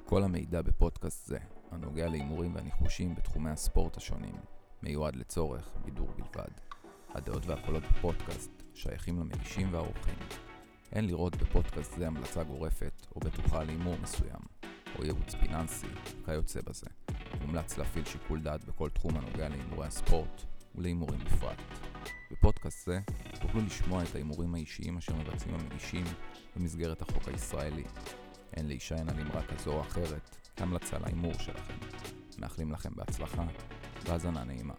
כל המידע בפודקאסט זה, הנוגע להימורים והניחושים בתחומי הספורט השונים, מיועד לצורך בידור בלבד. הדעות והקולות בפודקאסט שייכים למגישים והאורחים. אין לראות בפודקאסט זה המלצה גורפת או בטוחה להימור מסוים, או ייעוץ פיננסי, כיוצא בזה. מומלץ להפעיל שיקול דעת בכל תחום הנוגע להימורי הספורט ולהימורים בפרט. בפודקאסט זה תוכלו לשמוע את ההימורים האישיים אשר מבצעים המגישים במסגרת החוק הישראלי. אין להישען על אמרה כזו או אחרת כהמלצה להימור שלכם. מאחלים לכם בהצלחה והאזנה נעימה.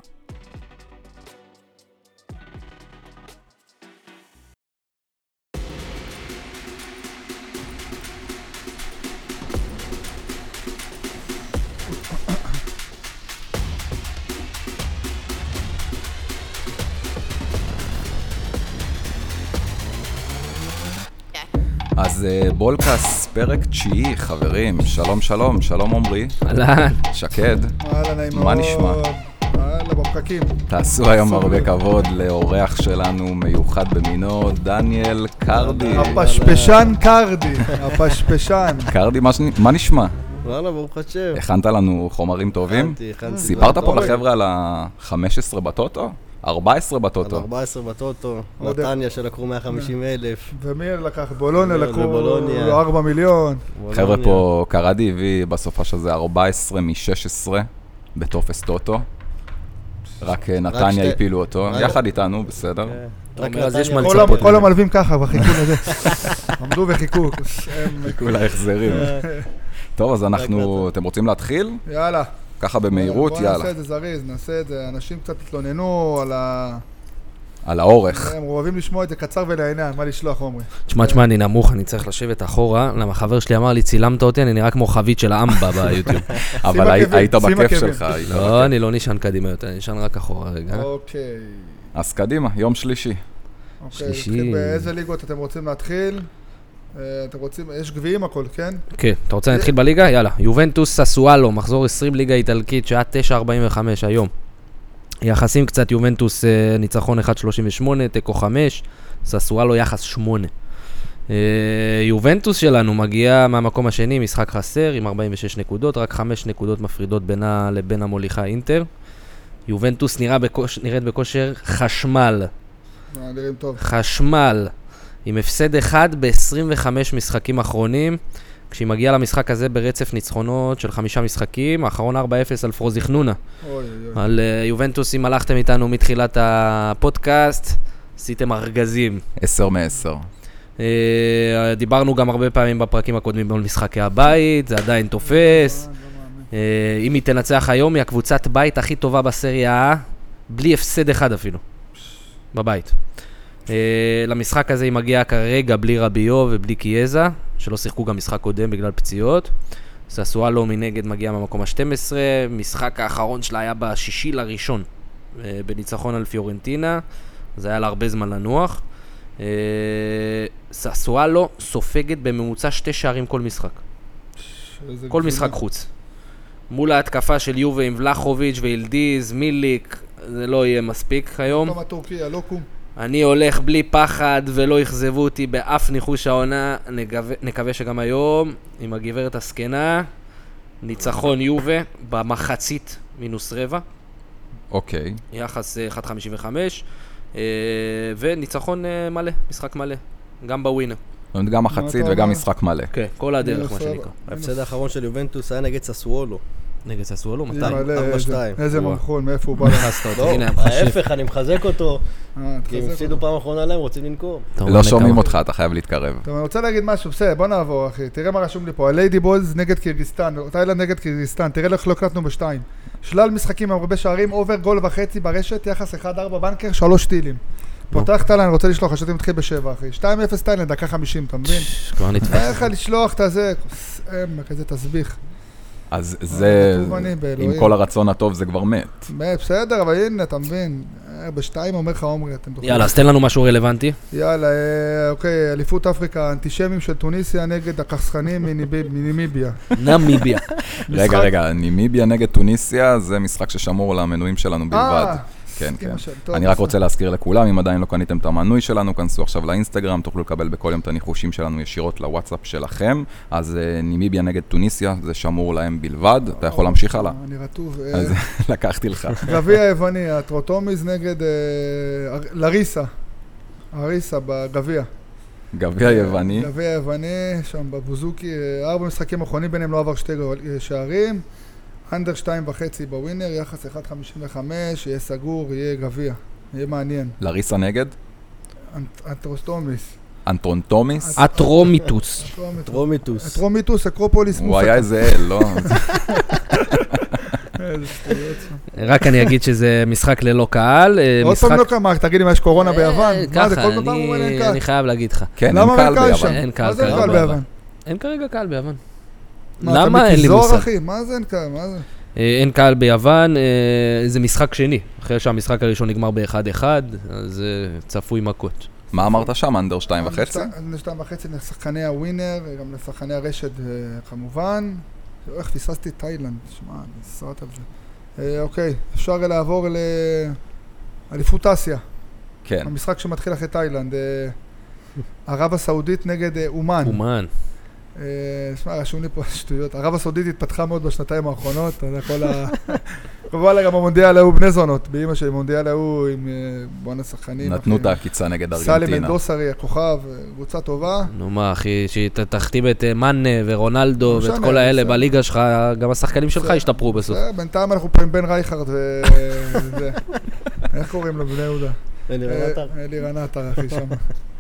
אז בולקס, פרק 9, חברים, שלום שלום, שלום עומרי. אהלן. שקד. אהלן, נעים מאוד. מה נשמע? אהלן, בפקקים. תעשו היום הרבה כבוד לאורח שלנו מיוחד במינו, דניאל קרדי. הפשפשן קרדי, הפשפשן. קרדי, מה נשמע? וואלה, ברוך השם. הכנת לנו חומרים טובים? הכנתי. סיפרת פה לחבר'ה על ה-15 בטוטו? 14 בטוטו. 14 בטוטו, נתניה שלקחו 150,000. ומי לקח? בולוניה לקחו בולוניה. 4 מיליון. חבר'ה פה, קרדי הביא בסופה שזה 14 מ-16 בטופס טוטו. רק נתניה הפילו אותו, יחד איתנו, בסדר. אז יש מה לצפות. כל המלווים ככה, וחיכו לזה. עמדו וחיכו. חיכו להחזרים. טוב, אז אתם רוצים להתחיל? יאללה. ככה במהירות, בוא יאללה. נעשה את זה זריז, נעשה את זה. אנשים קצת התלוננו על האורך. הם אוהבים לשמוע את זה קצר ולעניין, מה לשלוח, עומרי? תשמע, אני נמוך, אני צריך לשבת אחורה, למה חבר שלי אמר לי, צילמת אותי, אני נראה כמו חבית של האמבה ביוטיוב. אבל היית בכיף שלך. לא, אני לא נשען קדימה יותר, אני נשען רק אחורה רגע. אוקיי. אז קדימה, יום שלישי. אוקיי, באיזה ליגות אתם רוצים להתחיל? אתם רוצים, יש גביעים הכל, כן? כן, אתה רוצה להתחיל בליגה? יאללה. יובנטוס ססואלו, מחזור 20 ליגה איטלקית, שעה 9:45 היום. יחסים קצת, יובנטוס ניצחון 1.38, תיקו 5, ססואלו יחס 8. יובנטוס שלנו מגיע מהמקום השני, משחק חסר עם 46 נקודות, רק 5 נקודות מפרידות בינה לבין המוליכה אינטר. יובנטוס נראית בכושר חשמל. נראים טוב. חשמל. עם הפסד אחד ב-25 משחקים אחרונים, כשהיא מגיעה למשחק הזה ברצף ניצחונות של 5 משחקים, האחרון 4-0 על פרוזיכנונה. על יובנטוס, אם הלכתם איתנו מתחילת הפודקאסט, עשיתם ארגזים. 10 מ-10. דיברנו גם הרבה פעמים בפרקים הקודמים על משחקי הבית, זה עדיין תופס. אם היא תנצח היום, היא הקבוצת בית הכי טובה בסריה, בלי הפסד אחד אפילו, בבית. למשחק הזה היא מגיעה כרגע בלי רביו ובלי קיאזה, שלא שיחקו גם משחק קודם בגלל פציעות. ססואלו מנגד מגיע מהמקום ה-12, משחק האחרון שלה היה ב6 לראשון, בניצחון על פיורנטינה, זה היה לה הרבה זמן לנוח. ססואלו סופגת בממוצע 2 שערים כל משחק. כל משחק חוץ. מול ההתקפה של יובה עם ולחוביץ' וילדיז, מיליק, זה לא יהיה מספיק היום. לא מהטורקיה, לא קום. אני הולך בלי פחד ולא יחזבו אותי באף ניחוש העונה, נקווה שגם היום, עם הגברת הסקנה, ניצחון יובה במחצית מינוס רבע. אוקיי. יחס 1.55, וניצחון מלא, משחק מלא, גם בווינר. גם מחצית וגם משחק מלא. כן, כל הדרך מה שנקרא. ההפסד האחרון של יובנטוס היה נגד ססואלו. נגד ססואלו? מתי? 4-2. איזה ממחול, מאיפה הוא בא לך? לא, ההפך, אני מחזק אותו. כי הם הפסידו פעם אחרונה להם, רוצים לנקום. לא שומעים אותך, אתה חייב להתקרב. טוב, אני רוצה להגיד משהו, בסדר, בוא נעבור, אחי. תראה מה רשום לי פה. הליידי בולס נגד קירגיסטן, תאילנד נגד קירגיסטן, תראה איך לא קלטנו ב2. שלל משחקים עם הרבה שערים, אובר גול וחצי ברשת, יחס 1-4 בנקר, 3 טילים. פותח תאילנד, אני רוצה לשלוח, חשבתי מתחיל ב7, אחי. 2-0 תאילנד, דקה 50, אתה מבין? כבר נתפס. איך לשלוח את הזה? כזה תסביך. אז זה, עם כל הרצון הטוב זה כבר מת. בסדר, אבל הנה, אתה מבין, ב2 אומר לך עומרי, אתם תוכלו. יאללה, אז תן לנו משהו רלוונטי. יאללה, אוקיי, אליפות אפריקה, אנטישמים של טוניסיה נגד הכסחנים מנימיביה. נמיביה. רגע, נימיביה נגד טוניסיה, זה משחק ששמור למנויים שלנו בלבד. כן, כן. אמא של- טוב, אני רק בסדר. רוצה להזכיר לכולם, אם עדיין לא קניתם את המנוי שלנו, כנסו עכשיו לאינסטגרם, תוכלו לקבל בכל יום את הניחושים שלנו ישירות לוואטסאפ שלכם. אז נימיביה נגד טוניסיה, זה שמור להם בלבד. אתה יכול להמשיך הלאה. אני רטוב. אז לקחתי לך. גביע היווני, הטרוטומיז נגד לריסה. הריסה בגביע. גביע יווני. גביע היווני, שם בבוזוקי, 4 משחקים אחרונים ביניהם לא עבר 2 שערים. אנדר 2.5 בווינר, יחס 1.55, יהיה סגור, יהיה גביע. יהיה מעניין. לריסה נגד. הטרוטומיס. אנטרונטומיס. אטרומיטוס. טרומיטוס. טרומיטוס, אקרופוליס, הוא היה איזה אל, לא? איזה שטויות שם. רק אני אגיד שזה משחק ללא קהל. עוד משחק- פעם לא קמה, תגיד לי מה יש קורונה ביוון? מה זה, ככה, כל פעם הוא אומר אין קהל? אני חייב להגיד לך. כן, אין למה קהל אין קהל שם? ביוון. אין קהל מה זה אין כרגע קהל ביוון. ביוון? אין כרגע קהל ביוון. מה, אתה למה? אין לי מקיזור, מושג. אחי? מה זה אין קהל? מה זה? אין קהל ביוון, זה משחק שני. אחרי שהמשחק הראשון נגמר ב-1-1, אז צפוי מכות. מה אמרת שם? אנדר 2.5? 2.5 לשחקני הווינר, גם לשחקני הרשת כמובן. איך פספסתי את תאילנד, שמע, אני סרט על זה. אוקיי, אפשר לעבור לאליפות אסיה. כן. המשחק שמתחיל אחרי תאילנד. ערב הסעודית נגד אומן. אומן. שמע, רשום לי פה שטויות. ערב הסעודית התפתחה מאוד בשנתיים האחרונות. אתה יודע, כל ה... כמובן גם המונדיאל ההוא בני זונות. באמא שלי, מונדיאל ההוא עם בואנה שחקנים. נתנו את העקיצה נגד סלי ארגנטינה. מנדוסרי, הכוכב, קבוצה טובה. נו מה אחי, שתחתים את מאנה ורונלדו לא ואת משנה, כל האלה בסדר. בליגה שלך, גם השחקנים שלך ישתפרו בסוף. בינתיים אנחנו פה עם בן רייכרד וזה. איך קוראים לו בני יהודה? אלירן עטר, אחי, שם.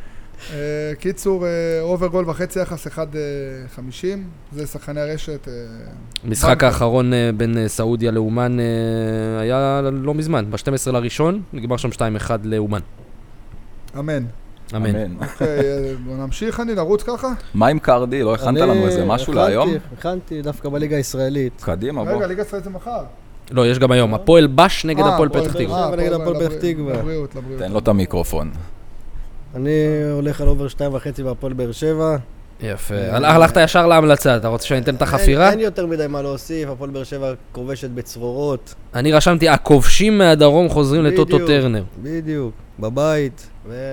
קיצור, אובר גול וחצי יחס 1.50, זה שחקני הרשת. המשחק האחרון בין סעודיה לאומן היה לא מזמן, ב-12 לראשון, נגמר שם 2-1 לאומן. אמן. אמן. אוקיי, בוא נמשיך אני לרוץ ככה? מה עם קרדי? לא הכנת לנו איזה משהו להיום? הכנתי דווקא בליגה הישראלית. קדימה, בוא. רגע, ליגה ישראל זה מחר. לא, יש גם היום, הפועל בש נגד הפועל פתח תקווה. תקווה. נגד הפועל פתח תקווה. לבריאות. תן לו את המיקרופון. אני הולך על אובר 2.5 בהפועל באר שבע. יפה. הלכת ישר להמלצה, אתה רוצה שאני אתן את החפירה? אין יותר מדי מה להוסיף, הפועל באר שבע כובשת בצרורות. אני רשמתי, הכובשים מהדרום חוזרים לטוטו בדיוק. טרנר. בדיוק, בבית.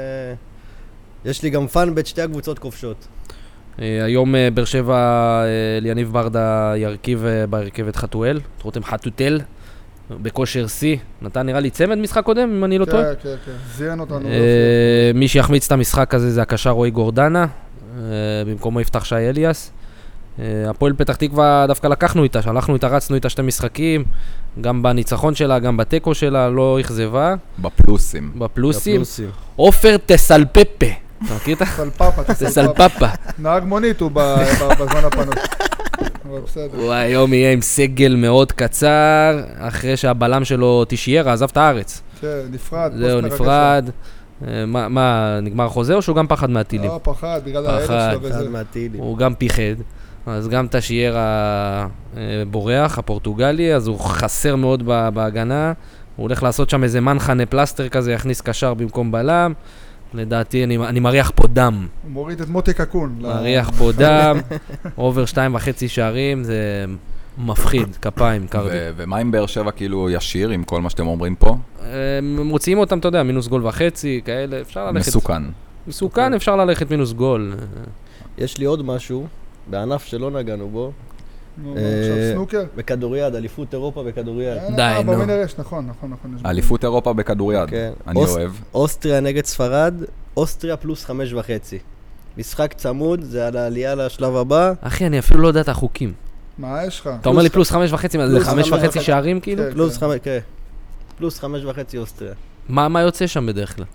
יש לי גם פאן בית שתי הקבוצות כובשות. היום באר שבע, ליניב ברדה ירכיב בהרכבת חתואל, רותם חתוטל, בכושר C. נתן נראה לי צמד משחק קודם, אם אני לא טועה. כן, כן, זיין אותנו. מי שיחמיץ את המשחק הזה זה הקשר רועי גורדנה, במקומו יפתח שי אליאס. הפועל פתח תקווה דווקא לקחנו איתה, שלחנו איתה, רצנו איתה 2 משחקים, גם בניצחון שלה, גם בטקו שלה, לא אכזבה. בפלוסים. בפלוסים. עופר תסלפפה. אתה מכיר את סלפפה, תסלפפה? נהג מונית הוא בזמן הפנות. אבל בסדר. הוא היום יהיה עם סגל מאוד קצר, אחרי שהבלם שלו תשיירה, עזב את הארץ. כן, נפרד. זהו, נפרד. מה, נגמר חוזה או שהוא גם פחד מהטילים? לא, פחד, בגלל הילד פחד. שלו וזה. הוא גם פיחד. אז גם תשיירה בורח, הפורטוגלי, אז הוא חסר מאוד בהגנה. הוא הולך לעשות שם איזה מנחנה פלסטר כזה, יכניס קשר במקום בלם. לדעתי, אני מריח פה דם. הוא מוריד את מוטי קקון. מריח פה דם, אובר 2.5 שערים, זה מפחיד, כפיים, קרדי. ומה עם באר שבע כאילו ישיר עם כל מה שאתם אומרים פה? מוציאים אותם, אתה יודע, מינוס גול וחצי, כאלה, אפשר ללכת. מסוכן. מסוכן, אפשר ללכת מינוס גול. יש לי עוד משהו, בענף שלא נגענו בו, נו, עכשיו סנוקר. בכדוריד, אליפות אירופה בכדוריד. די, נו. בווינר יש, נכון. יש אליפות אירופה בכדוריד. כן. אני אוהב. אוסטריה נגד ספרד, אוסטריה פלוס 5.5. משחק צמוד, זה על העלייה לשלב הבא. אחי, אני אפילו לא יודע את החוקים. מה יש לך? אתה אומר לי פלוס 5.5, מה זה פלוס 5.5 שערים כאילו? כן. פלוס 5, כן. פלוס 5.5 אוסטריה. מה יוצא שם בדרך כלל?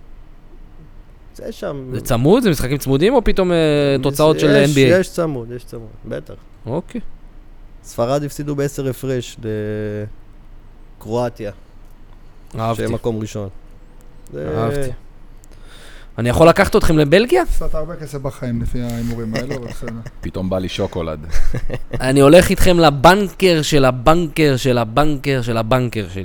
זה שם... זה צמוד? זה משחקים צמודים או פתאום תוצאות של NBA? יש צמוד, בטח. אוקיי. ספרד הפסידו ב10 הפרש לקרואטיה. אהבתי. שהם מקום ראשון. אהבתי. אני יכול לקחת אתכם לבלגיה? עשת הרבה כסף בחיים לפי ההימורים האלו, אבל בסדר. פתאום בא לי שוקולד. אני הולך איתכם לבנקר של הבנקר של הבנקר של הבנקר שלי.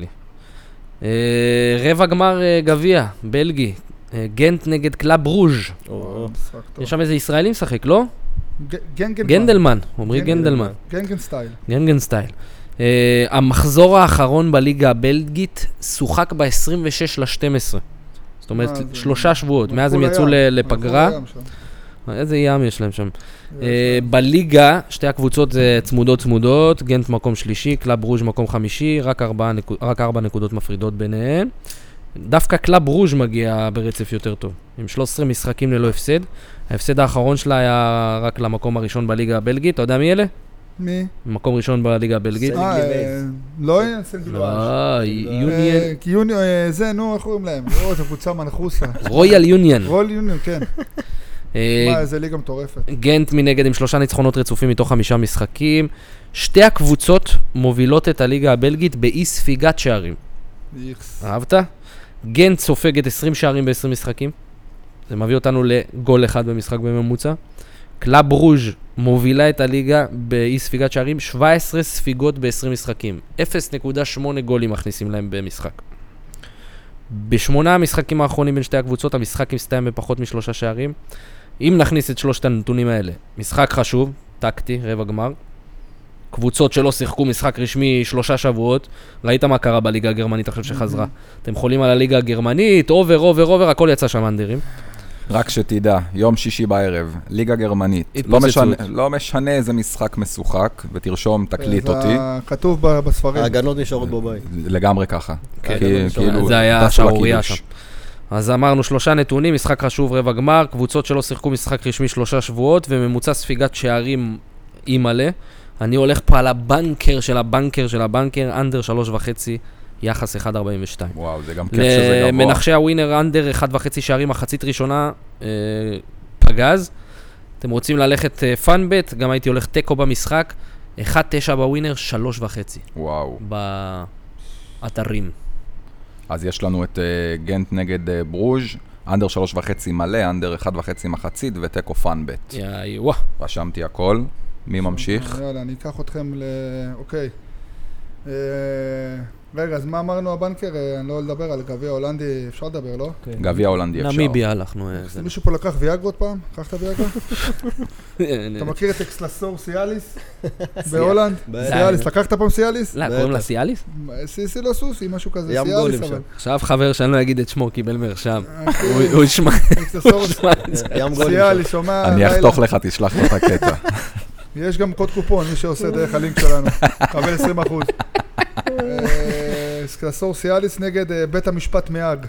רבע גמר גביע, בלגי. גנט נגד קלאב רוז'. משחק טוב. יש שם איזה ישראלי משחק, לא? גנגנמן. גנדלמן, אומרי גנדלמן. גנגן סטייל. גנגן סטייל. המחזור האחרון בליגה הבלגית שוחק ב-26/12. זאת אומרת, 3 שבועות. מאז הם יצאו לפגרה. איזה ים יש להם שם. בליגה, שתי הקבוצות זה צמודות, גנט מקום שלישי, קלאב רוז' מקום חמישי, רק 4 נקודות מפרידות ביניהן. דווקא קלאב רוז' מגיע ברצף יותר טוב, עם 13 משחקים ללא הפסד. ההפסד האחרון שלה היה רק למקום הראשון בליגה הבלגית. אתה יודע מי אלה? מי? מקום ראשון בליגה הבלגית. לא סנגילואז'. יוניון. זה, נו, איך קוראים להם? זו קבוצה מנחוסה. רויאל יוניון. רויאל יוניון, כן. מה, איזה ליגה מטורפת. גנט מנגד עם 3 ניצחונות רצופים מתוך 5 משחקים. שתי הקבוצות מובילות את הליגה הבלגית באי ספיגת שערים. אהבת? גנט סופגת 20 שערים ב-20 משחקים. זה מביא אותנו לגול אחד במשחק בממוצע. קלאב רוז' מובילה את הליגה באי ספיגת שערים, 17 ספיגות ב-20 משחקים. 0.8 גולים מכניסים להם במשחק. ב8 המשחקים האחרונים בין שתי הקבוצות, המשחק מסתיים בפחות מ3 שערים. אם נכניס את 3 הנתונים האלה, משחק חשוב, טקטי, רבע גמר. קבוצות שלא שיחקו משחק רשמי 3 שבועות, ראית מה קרה בליגה הגרמנית עכשיו שחזרה. אתם חולים על הליגה הגרמנית, אובר, הכל יצא שם אנדרים. רק שתדע, יום שישי בערב, ליגה גרמנית, לא משנה איזה משחק משוחק, ותרשום, תקליט אותי. זה כתוב בספרים. ההגנות נשארות בבית. לגמרי ככה. זה היה שערוריה שם. אז אמרנו 3 נתונים, משחק חשוב רבע גמר, קבוצות שלא שיחקו משחק רשמי 3 שבועות, וממוצע ספיגת שערים אי מלא. אני הולך פה על הבנקר של הבנקר, אנדר 3.5, יחס 1.42. וואו, זה גם כיף שזה גבוה. למנחשי הווינר, אנדר 1.5 שערים, מחצית ראשונה, פגז. אתם רוצים ללכת פאנבט, גם הייתי הולך טקו במשחק, 1.9 בווינר, 3.5. וואו. באתרים. אז יש לנו את גנט נגד ברוז', אנדר 3.5 מלא, אנדר 1.5 מחצית, וטקו פאנבט. יאיווה. רשמתי הכל. מי ממשיך? יאללה, אני אקח אתכם אוקיי. רגע, אז מה אמרנו הבנקר? אני לא לדבר על גביע הולנדי, אפשר לדבר, לא? גביע הולנדי אפשר. נמיביה הלכנו. מישהו פה לקח ויאגרות פעם? לקחת ויאגרה? אתה מכיר את אקסלסור סיאליס בהולנד? סיאליס, לקחת פעם סיאליס? לא, קוראים לה סיאליס? לא סוסי, משהו כזה, סיאליס אבל. עכשיו חבר שאני לא אגיד את שמו, קיבל מרשם. הוא ישמע. סיאליס, שומע. אני אחתוך לך, תשלח לך את הקטע. יש גם קוד קופון, מי שעושה דרך הלינק שלנו. קבל 20%. אקסלסור סיאליס נגד בית המשפט מהאג.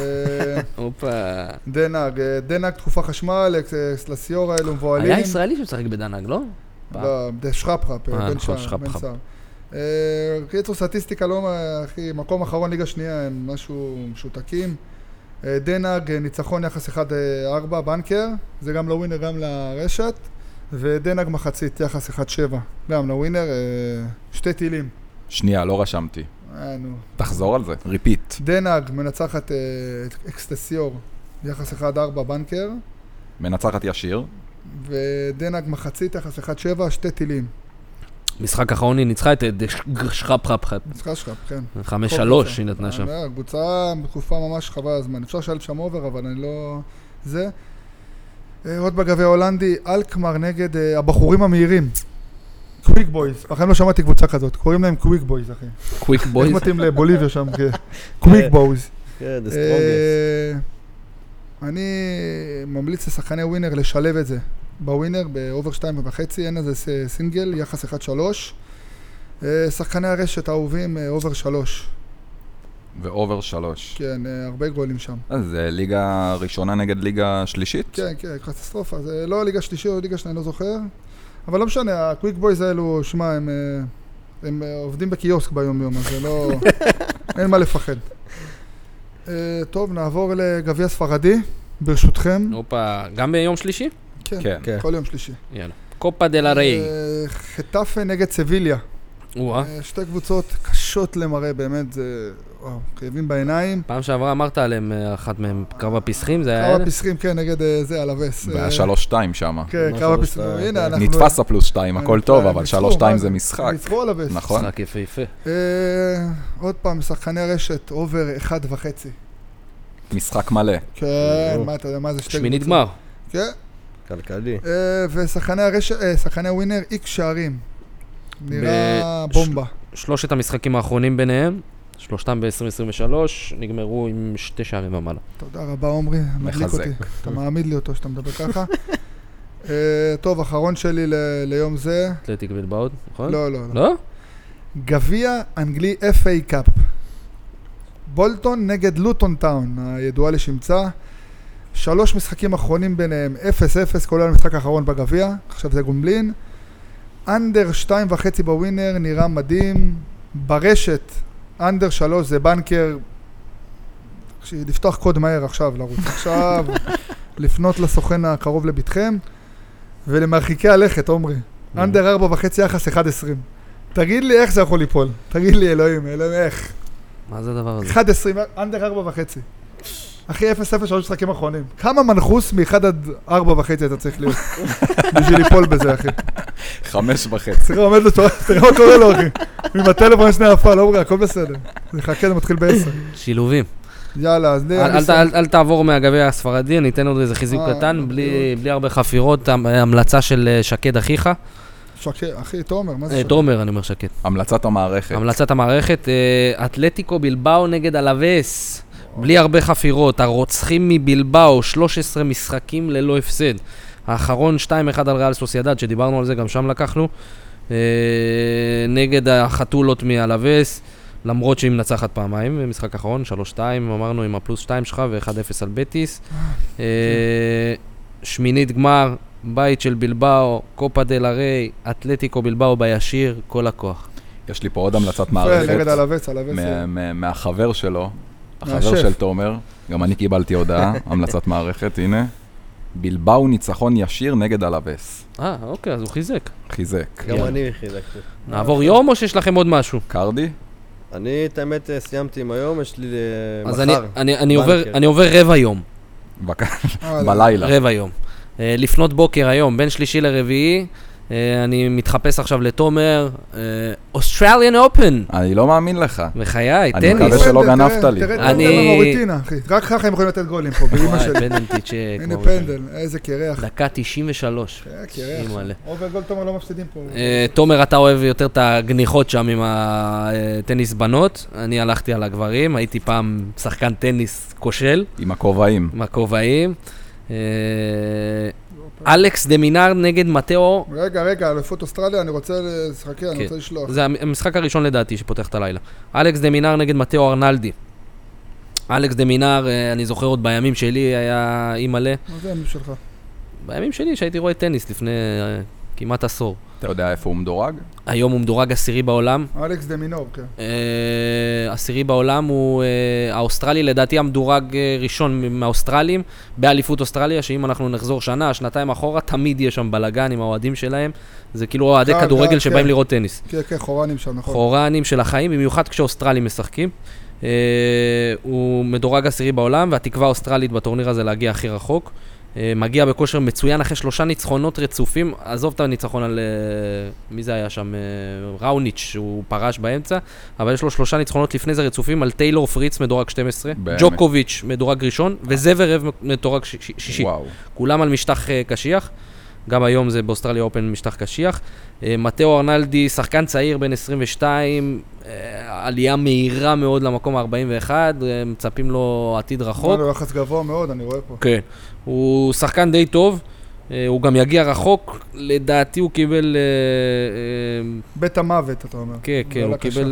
דנאג תקופה חשמל, אקסלסיור האלו מבועלים. היה ישראלי שמשחק בדנאג, לא? לא, שחפחפ, בן שער. קיצור סטטיסטיקה לא, אחי, מקום אחרון ליגה שנייה, הם משהו משותקים. דנאג ניצחון יחס 1-4 בנקר, זה גם לווינר גם לרשת. ודנאג מחצית, יחס 1-7. גם לווינר, 2 טילים. שנייה, לא רשמתי. תחזור על זה, ריפיט. דנאג מנצחת אקסטסיור, יחס 1-4 בנקר. מנצחת ישיר. ודנאג מחצית, יחס 1-7, 2 טילים. משחק אחרון היא ניצחה את שחפחפ. ניצחה שחפ, כן. 5-3 היא נתנה שם. קבוצה בתקופה ממש חבל הזמן. אפשר לשלב שם אובר, אבל אני לא... זה... עוד בגביע הולנדי, אלקמר נגד הבחורים המהירים. קוויק בויז. אחרי לא שמעתי קבוצה כזאת. קוראים להם קוויק בויז, אחי. קוויק בויז? איך מתאים לבוליביה שם, קוויק בויז. כן, the strongest. אני ממליץ לשחקני ווינר לשלב את זה. בווינר, באובר 2.5, אין איזה סינגל, יחס 1-3. שחקני הרשת האהובים, אובר 3. ואובר 3. כן, הרבה גולים שם. אז זה ליגה ראשונה נגד ליגה שלישית? כן, כן, קטסטרופה. זה לא ליגה שלישית או ליגה שני, לא זוכר. אבל לא משנה, הקוויק בויז האלו, שמע, הם עובדים בקיוסק ביום יום, אז זה לא... אין מה לפחד. טוב, נעבור לגביע ספרדי, ברשותכם. אופה, גם ביום שלישי? כן, כל יום שלישי. יאללה. קופה דל הרי. חטאפה נגד סביליה. שתי קבוצות קשות למראה, באמת, זה... וואו, כאבים בעיניים. פעם שעברה אמרת עליהם, אחת מהם, קרב הפסחים, זה היה קרב הפסחים, כן, נגד זה, על הווס. והיה 3-2 שם. כן, קרב הפסחים. הנה, אנחנו... נתפס הפלוס 2, הכל טוב, אבל 3-2 זה משחק. ניצחו על הווס. נכון. משחק יפה יפה. עוד פעם, שחקני רשת, אובר 1.5. משחק מלא. כן, מה אתה יודע, מה זה שתי קבוצות? שמינית גמר. כן. כלכלי. ושחקני הרשת, שחקני ווינר, איקס שערים. נראה בומבה. שלושת המשחקים האחרונים ביניהם, שלושתם ב-2023, נגמרו עם 2 שערים ומעלה. תודה רבה, עומרי, מדליק מחזק. אותי. אתה מעמיד לי אותו שאתה מדבר ככה. טוב, אחרון שלי ליום זה. אתלטיק בלבאו, נכון? לא. לא? גביע אנגלי FA קאפ. בולטון נגד לוטון טאון, הידועה לשמצה. 3 משחקים אחרונים ביניהם, 0-0, כולל המשחק האחרון בגביע. עכשיו זה גומלין. אנדר 2.5 בווינר, נראה מדהים. ברשת, אנדר 3 זה בנקר. לפתוח קוד מהר עכשיו, לרוץ עכשיו. לפנות לסוכן הקרוב לביתכם. ולמרחיקי הלכת, עומרי. אנדר 4.5 יחס 1.20. תגיד לי איך זה יכול ליפול. תגיד לי, אלוהים, איך. מה זה הדבר הזה? 1.20, אנדר 4.5. אחי, 0-0 3 משחקים אחרונים. כמה מנחוס מ-1 עד 4.5 אתה צריך להיות? בשביל ליפול בזה, אחי. 5.5. תראה, עומד לו, תראה מה קורה לו, אחי. עם הטלפון שני הפעל, אומרי, הכל בסדר. נחכה, זה מתחיל ב-10. שילובים. יאללה, אז אל תעבור מהגביע הספרדי, אני אתן עוד איזה חיזוק קטן, בלי הרבה חפירות, המלצה של שקד אחיך. אחי, תומר, מה זה שקד? תומר, אני אומר שקד. המלצת המערכת. המלצת המערכת, אתלטיקו בלבאו נגד אלווס, בלי הרבה חפירות, הרוצחים מבלבאו, 13 משחקים ללא הפסד. האחרון 2-1 על ריאל סוסיידד, שדיברנו על זה, גם שם לקחנו, נגד החתולות מאלווס, למרות שהיא מנצחת פעמיים, במשחק האחרון, 3-2, אמרנו עם הפלוס 2 שלך ו-1-0 על בטיס. שמינית גמר, בית של בלבאו, קופה דל הרי, אתלטיקו בלבאו בישיר, כל הכוח. יש לי פה עוד המלצת מערכת. נגד אלווס. מהחבר שלו, החבר של תומר, גם אני קיבלתי הודעה, המלצת מערכת, הנה. בלבאו ניצחון ישיר נגד אלווס. אוקיי, אז הוא חיזק. חיזק. גם אני חיזקתי. נעבור יום או שיש לכם עוד משהו? קרדי? אני, את האמת, סיימתי עם היום, יש לי אז מחר. אני עובר רבע יום. בלילה. רבע יום. לפנות בוקר היום, בין שלישי לרביעי, אני מתחפש עכשיו לתומר, אוסטרליאן אופן. אני לא מאמין לך. בחיי, אני טניס. מקווה שלא גנבת לי. תראה מוריטינה, אחי. רק ככה הם יכולים לתת גולים פה, באמא שלי. פנדל תיצ'ק. הנה פנדל, איזה קרח. דקה 93. קרח. אובר תומר לא מפסידים פה. תומר, אתה אוהב יותר את הגניחות שם עם הטניס בנות. אני הלכתי על הגברים, הייתי פעם שחקן טניס כושל. עם הכובעים. עם הכובעים. אלכס דמינר נגד מתאו. רגע, אליפות אוסטרליה, אני רוצה לשחק, אני רוצה לשלוח. זה המשחק הראשון לדעתי שפותח את הלילה. אלכס דמינר נגד מתאו ארנלדי. אלכס דמינר, אני זוכר עוד בימים שלי, היה אימאלה. מה זה הימים שלך? בימים שלי שהייתי רואה טניס לפני כמעט עשור. אתה יודע איפה הוא מדורג? היום הוא מדורג 10 בעולם. אלכס דמינור, כן. 10 בעולם הוא האוסטרלי, לדעתי המדורג ראשון מהאוסטרלים, באליפות אוסטרליה, שאם אנחנו נחזור שנה, שנתיים אחורה, תמיד יש שם בלגן עם האוהדים שלהם. זה כאילו אוהדי כדורגל שבאים לראות טניס. כן, חורנים שם, נכון. חורנים של החיים, במיוחד כשאוסטרלים משחקים. הוא מדורג 10 בעולם, והתקווה האוסטרלית בטורניר הזה להגיע הכי רחוק. מגיע בכושר מצוין אחרי 3 ניצחונות רצופים, עזוב את הניצחון על, מי זה היה שם, ראוניץ' שהוא פרש באמצע, אבל יש לו 3 ניצחונות לפני זה רצופים על טיילור פריץ מדורג 12, ג'וקוביץ' מדורג ראשון, וזברב מדורג שישי. כולם על משטח קשיח, גם היום זה באוסטרליה אופן משטח קשיח. מתאו ארנלדי, שחקן צעיר בן 22, עלייה מהירה מאוד למקום ה-41, מצפים לו עתיד רחוק. הוא יחס גבוה מאוד, אני רואה פה. כן, הוא שחקן די טוב, הוא גם יגיע רחוק, לדעתי הוא קיבל... בית המוות, אתה אומר. כן, כן, הוא קיבל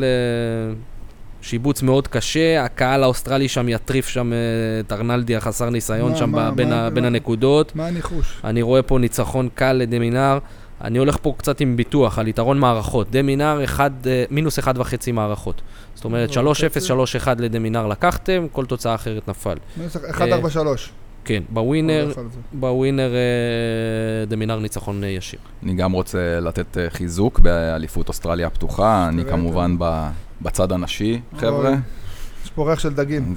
שיבוץ מאוד קשה, הקהל האוסטרלי שם יטריף שם את ארנלדי החסר ניסיון שם בין הנקודות. מה הניחוש? אני רואה פה ניצחון קל לדמינר, אני הולך פה קצת עם ביטוח על יתרון מערכות, דמינר מינוס 1.5 מערכות. זאת אומרת 3-0, 3-1 לדמינר לקחתם, כל תוצאה אחרת נפל. מינוס 1-4-3. כן, בווינר דמינר ניצחון ישיר. אני גם רוצה לתת חיזוק באליפות אוסטרליה הפתוחה, אני כמובן בצד הנשי, חבר'ה. יש פה ריח של דגים.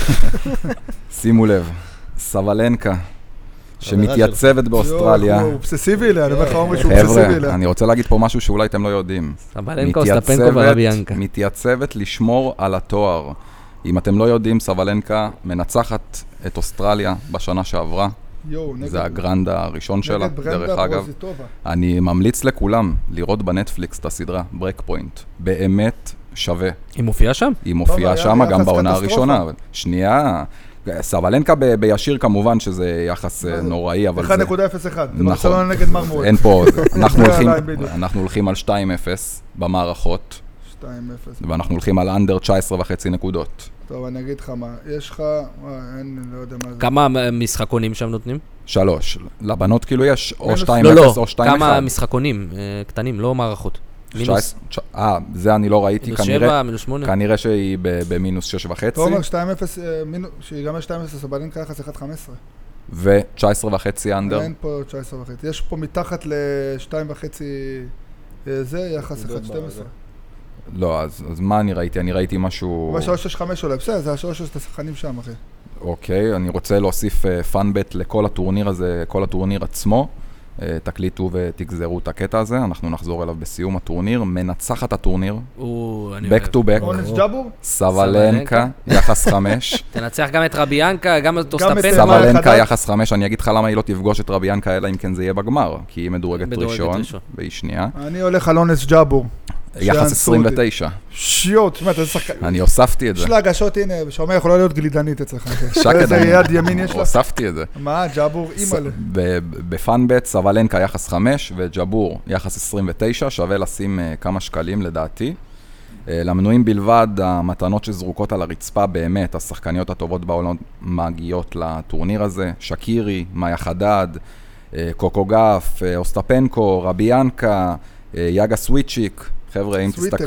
שימו לב, סבלנקה, שמתייצבת באוסטרליה. הוא אובססיבי אליה, אני אומר לך אומרי שהוא אובססיבי אליה. חבר'ה, אני רוצה להגיד פה משהו שאולי אתם לא יודעים. סבלנקה אוסטפנקו ורביאנקה. מתייצבת לשמור על התואר. אם אתם לא יודעים, סבלנקה מנצחת את אוסטרליה בשנה שעברה. זה הגרנד הראשון שלה, נגד דרך ברנדה אגב. ברוזיטובה. אני ממליץ לכולם לראות בנטפליקס את הסדרה, ברייק פוינט. באמת שווה. היא מופיעה שם? היא מופיעה היה שם גם יחס בעונה קטסטרופה. הראשונה. שנייה, סבלנקה בישיר כמובן שזה יחס נוראי, אבל זה... 1.01. נכון. נגד מרמורט. אין פה, בדיוק. אנחנו הולכים על 2-0 במערכות, 2-0. ואנחנו הולכים על אנדר 19.5 נקודות. טוב, אני אגיד לך מה. יש לך... אין, לא יודע מה זה. כמה משחקונים שם נותנים? 3. לבנות כאילו יש או 2-0 לא, או 2-1. כמה משחקונים קטנים, לא מערכות. מינוס זה אני לא ראיתי, 7, מינוס 8. כנראה שהיא במינוס 6.5. אתה אומר 2-0, שיגמר 2-0, סבלינקה יחס 1.15. ו-19.5 אנדר. אין פה 19.5. יש פה מתחת ל-2.5 זה, יחס 1.12. לא, אז מה אני ראיתי? אני ראיתי משהו... ב-365 אולי, בסדר, זה ה-3 השחקנים שם, אחי. אוקיי, אני רוצה להוסיף פאנבט לכל הטורניר הזה, כל הטורניר עצמו. תקליטו ותגזרו את הקטע הזה, אנחנו נחזור אליו בסיום הטורניר. מנצחת הטורניר, back to back, אונס ג'אבור? סבלנקה, יחס 5. תנצח גם את רביאנקה, גם את אוסטפנקה. סבלנקה, יחס 5, אני אגיד לך למה היא לא תפגוש את רביאנקה, אלא אם כן זה יהיה בגמר, כי היא מדורגת ראשון, והיא שנייה. אני הולך על אונס ג'אבור. יחס 29. שיוט, תשמע, אתה שחקן. אני הוספתי את זה. יש לה הגשות, הנה, שומע, יכולה להיות גלידנית אצלך. שקד, איזה יד ימין יש לה? הוספתי את זה. מה, ג'אבור, אימא'לה. בפאנבט, סבלנקה יחס 5 וג'אבור יחס 29, שווה לשים כמה שקלים לדעתי. למנויים בלבד, המתנות שזרוקות על הרצפה באמת, השחקניות הטובות בעולם מגיעות לטורניר הזה, שקירי, מאיה חדד, קוקו גף, אוסטפנקו, רביאנקה, יאגה סוויצ'יק. חבר'ה,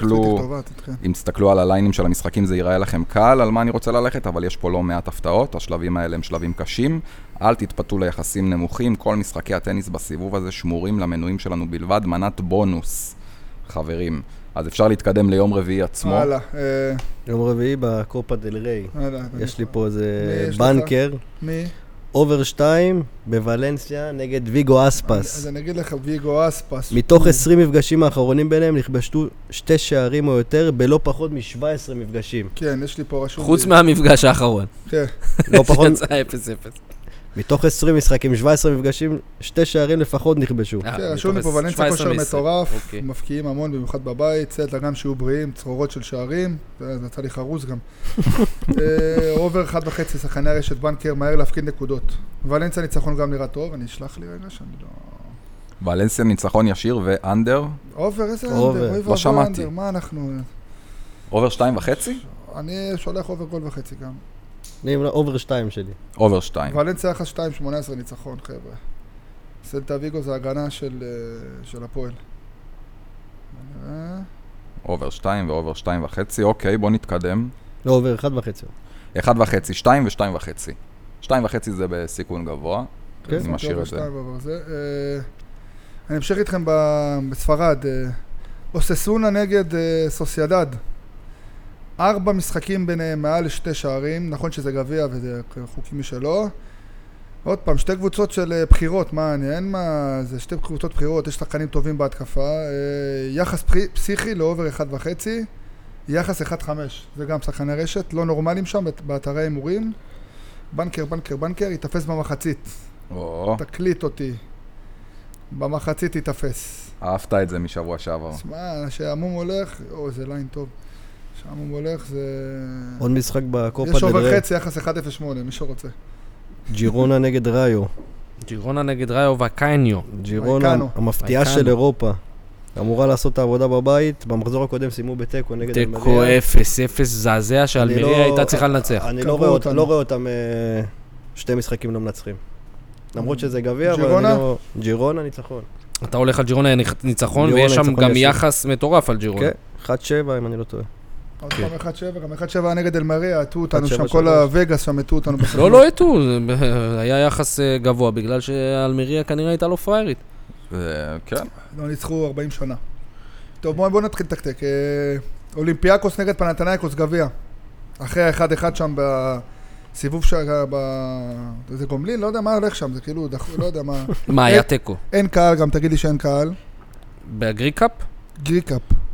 אם תסתכלו על הליינים של המשחקים זה ייראה לכם קל על מה אני רוצה ללכת, אבל יש פה לא מעט הפתעות, השלבים האלה הם שלבים קשים, אל תתפתו ליחסים נמוכים, כל משחקי הטניס בסיבוב הזה שמורים למנויים שלנו בלבד, מנת בונוס, חברים. אז אפשר להתקדם ליום רביעי עצמו. יום רביעי בקופה דל ריי. יש לי פה איזה בנקר. מי? אובר 2 בוולנסיה נגד ויגו אספס. אז אני אגיד לך, ויגו אספס. מתוך 20 מפגשים האחרונים ביניהם נכבשו 2 שערים או יותר בלא פחות מ-17 מפגשים. כן, יש לי פה רשום. חוץ מהמפגש האחרון. כן. לא פחות... שיצא 0-0. מתוך 20 משחקים, 17 מפגשים, 2 שערים לפחות נכבשו. כן, רשום לי פה ולנסיה כושר מטורף, מפקיעים המון, במיוחד בבית, צאת לגם שיהיו בריאים, צרורות של שערים, זה יצא לי חרוס גם. אובר 1.5, שחקני הרשת בנקר, מהר להפקיד נקודות. ולנסיה ניצחון גם נראה טוב, אני אשלח לי רגע שאני לא... ולנסיה ניצחון ישיר ואנדר? אובר, איזה אנדר? לא שמעתי. מה אנחנו... אובר 2.5? אני שולח אובר גול וחצי גם. אני עם אובר 2 שלי. אובר 2. ולנסיה יחס 2, 18 ניצחון, חבר'ה. סלטה ויגו זה הגנה של הפועל. אובר 2 ואובר 2.5, אוקיי, בוא נתקדם. לא, אובר 1.5. 1.5, 2 ו-2.5. 2.5 זה בסיכון גבוה. כן, אני משאיר את זה. אני אמשיך איתכם בספרד. אוססונה נגד סוסיידד. 4 משחקים ביניהם מעל 2 שערים, נכון שזה גביע וזה חוקים משלו. עוד פעם, 2 קבוצות של בחירות, מה, אין מה, זה 2 קבוצות בחירות, יש שחקנים טובים בהתקפה. יחס פסיכי לאובר 1.5, יחס 1.5, זה גם שחקני רשת, לא נורמליים שם באתרי הימורים. בנקר, יתפס במחצית. תקליט אותי. במחצית יתפס. אהבת את זה משבוע שעבר. תשמע, שהמום הולך, זה ליין טוב. שהמום הולך זה... עוד משחק בקופה יש דל ריי. אובר חצי, יחס 1.08, מי שרוצה. ג'ירונה נגד ראיו. ג'ירונה נגד ראיו והקייניו. ג'ירונה, המפתיעה של אירופה. אמורה לעשות את העבודה בבית, במחזור הקודם סיימו בטקו נגד אלמריה. טקו 0-0 זעזע שאלמריה הייתה צריכה לנצח. אני לא רואה אותם 2 משחקים לא מנצחים. למרות שזה גביע, אבל אני לא... ג'ירונה ניצחון. אתה הולך על ג'ירונה ניצחון, ויש שם גם יחס מטורף על ג'ירונה. כן, 1.7 אם אני לא טועה. עוד פעם 1.7, גם 1.7 נגד אלמריה, עטו אותנו שם, כל הווגאס שם עטו אותנו. לא עטו, היה יחס גבוה, בגלל שאלמריה כנראה הייתה לו פריירית. כן. לא ניצחו 40 שנה. טוב, בואו נתחיל לתקתק. אולימפיאקוס נגד פנתנייקוס גביע. אחרי 1-1 שם בסיבוב זה גומלין, לא יודע מה הולך שם, זה כאילו, לא יודע מה. מה, היה טקו? אין קהל, גם תגיד לי שאין קהל. בגריקאפ? גריקאפ.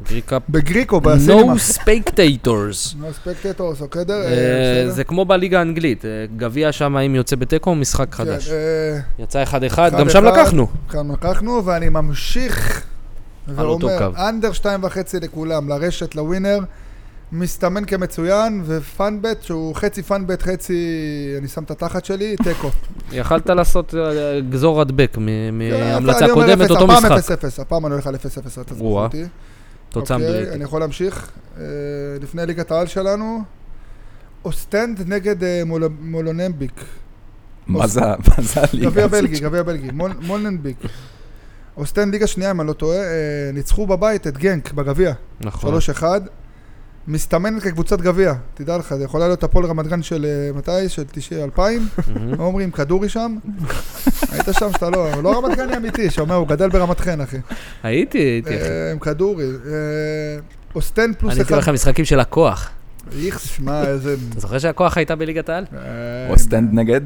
גריקה. בגריק או בסינמה? No spectators. No spectators, או קדר? זה כמו בליגה האנגלית. גביע שם, אם יוצא בתיקו, משחק חדש. יצא 1-1, גם שם לקחנו. גם לקחנו, ואני ממשיך על אותו ואומר, קו. אנדר 2.5 לכולם, לרשת, לווינר, מסתמן כמצוין, ופאנבט, שהוא חצי פאנבט, חצי, אני שם את התחת שלי, טקו. יכלת לעשות גזור הדבק מהמלצה קודמת, אותו משחק. הפעם 0-0, הפעם אני הולך על 0-0, תסבוך אותי. תוצאה מדויקת. אני יכול להמשיך. לפני ליגת העל שלנו, אוסטנד נגד מולונמביק. מה זה הליגה? גביע בלגי, מולנביק. אוסטנד ליגה שנייה, אם אני לא טועה, ניצחו בבית את גנק בגביע. נכון. 3-1. מסתמנת כקבוצת גביע, תדע לך, זה יכולה להיות הפועל רמת גן של מתי? של 2000? מה אומרים? כדורי שם? היית שם שאתה לא רמת גני אמיתי, שאומר, הוא גדל ברמת חן, אחי. הייתי. עם כדורי. אוסטנד פלוס אני הייתי לך משחקים של הכוח. איכס, שמע, איזה... אתה זוכר שהכוח הייתה בליגת העל? אוסטנד נגד?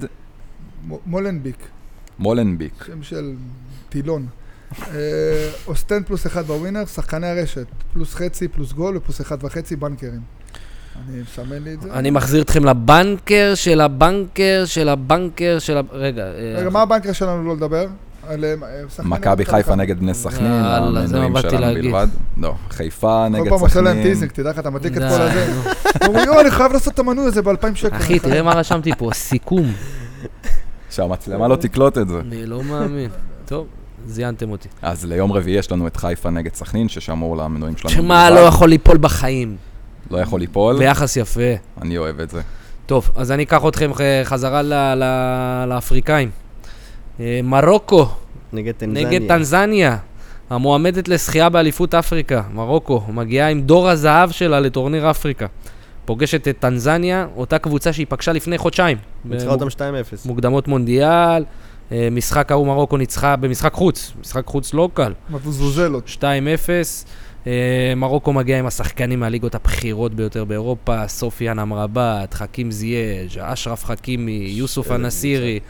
מולנביק. שם של טילון. אוסטנד פלוס 1 בווינר, שחקני הרשת, פלוס חצי, פלוס גול ופלוס 1.5 בנקרים. אני מסמן לי את זה. אני מחזיר אתכם לבנקר של הבנקר של הבנקר של... רגע, מה הבנקר שלנו לא לדבר? מכבי חיפה נגד בני סכנין, המנויים שלנו בלבד. לא, חיפה נגד סכנין. כל פעם עושה להם סכנין. טיזינג, תדע לך, אתה מדליק את כל הזה. אומרים, יו, אני חייב לעשות את המנוי הזה ב-2,000 שקל. אחי, תראה מה רשמתי פה, סיכום. שהמצלמה לא תקלוט את זה. אני לא מאמין. טוב, זיינתם אותי. אז ליום רביעי יש לנו את חיפה נגד סכנין, ששמור למנויים שלנו שמה לא יכול ליפול בחיים. לא יכול ליפול. ביחס יפה. אני אוהב את זה. טוב, אז אני אקח אתכם חזרה לאפריקאים. מרוקו נגד טנזניה, המועמדת לשחייה באליפות אפריקה. מרוקו מגיעה עם דור הזהב שלה לטורניר אפריקה. פוגשת את טנזניה, אותה קבוצה שהיא פגשה לפני חודשיים. ניצחה אותם 2-0. מוקדמות מונדיאל, משחק ההוא מרוקו ניצחה במשחק חוץ, משחק חוץ לא קל. מבוזוזלות. 2-0. מרוקו מגיע עם השחקנים מהליגות הבכירות ביותר באירופה, סופיאן אמרבת, חכים זייג', אשרף חכימי, יוסוף הנסירי.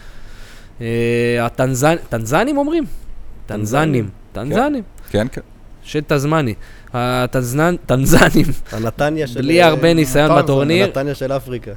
הטנזנים אומרים? טנזנים. כן, כן. שתזמני. הטנזנים. הנתניה של... בלי הרבה ניסיון בטורניר. הנתניה של אפריקה.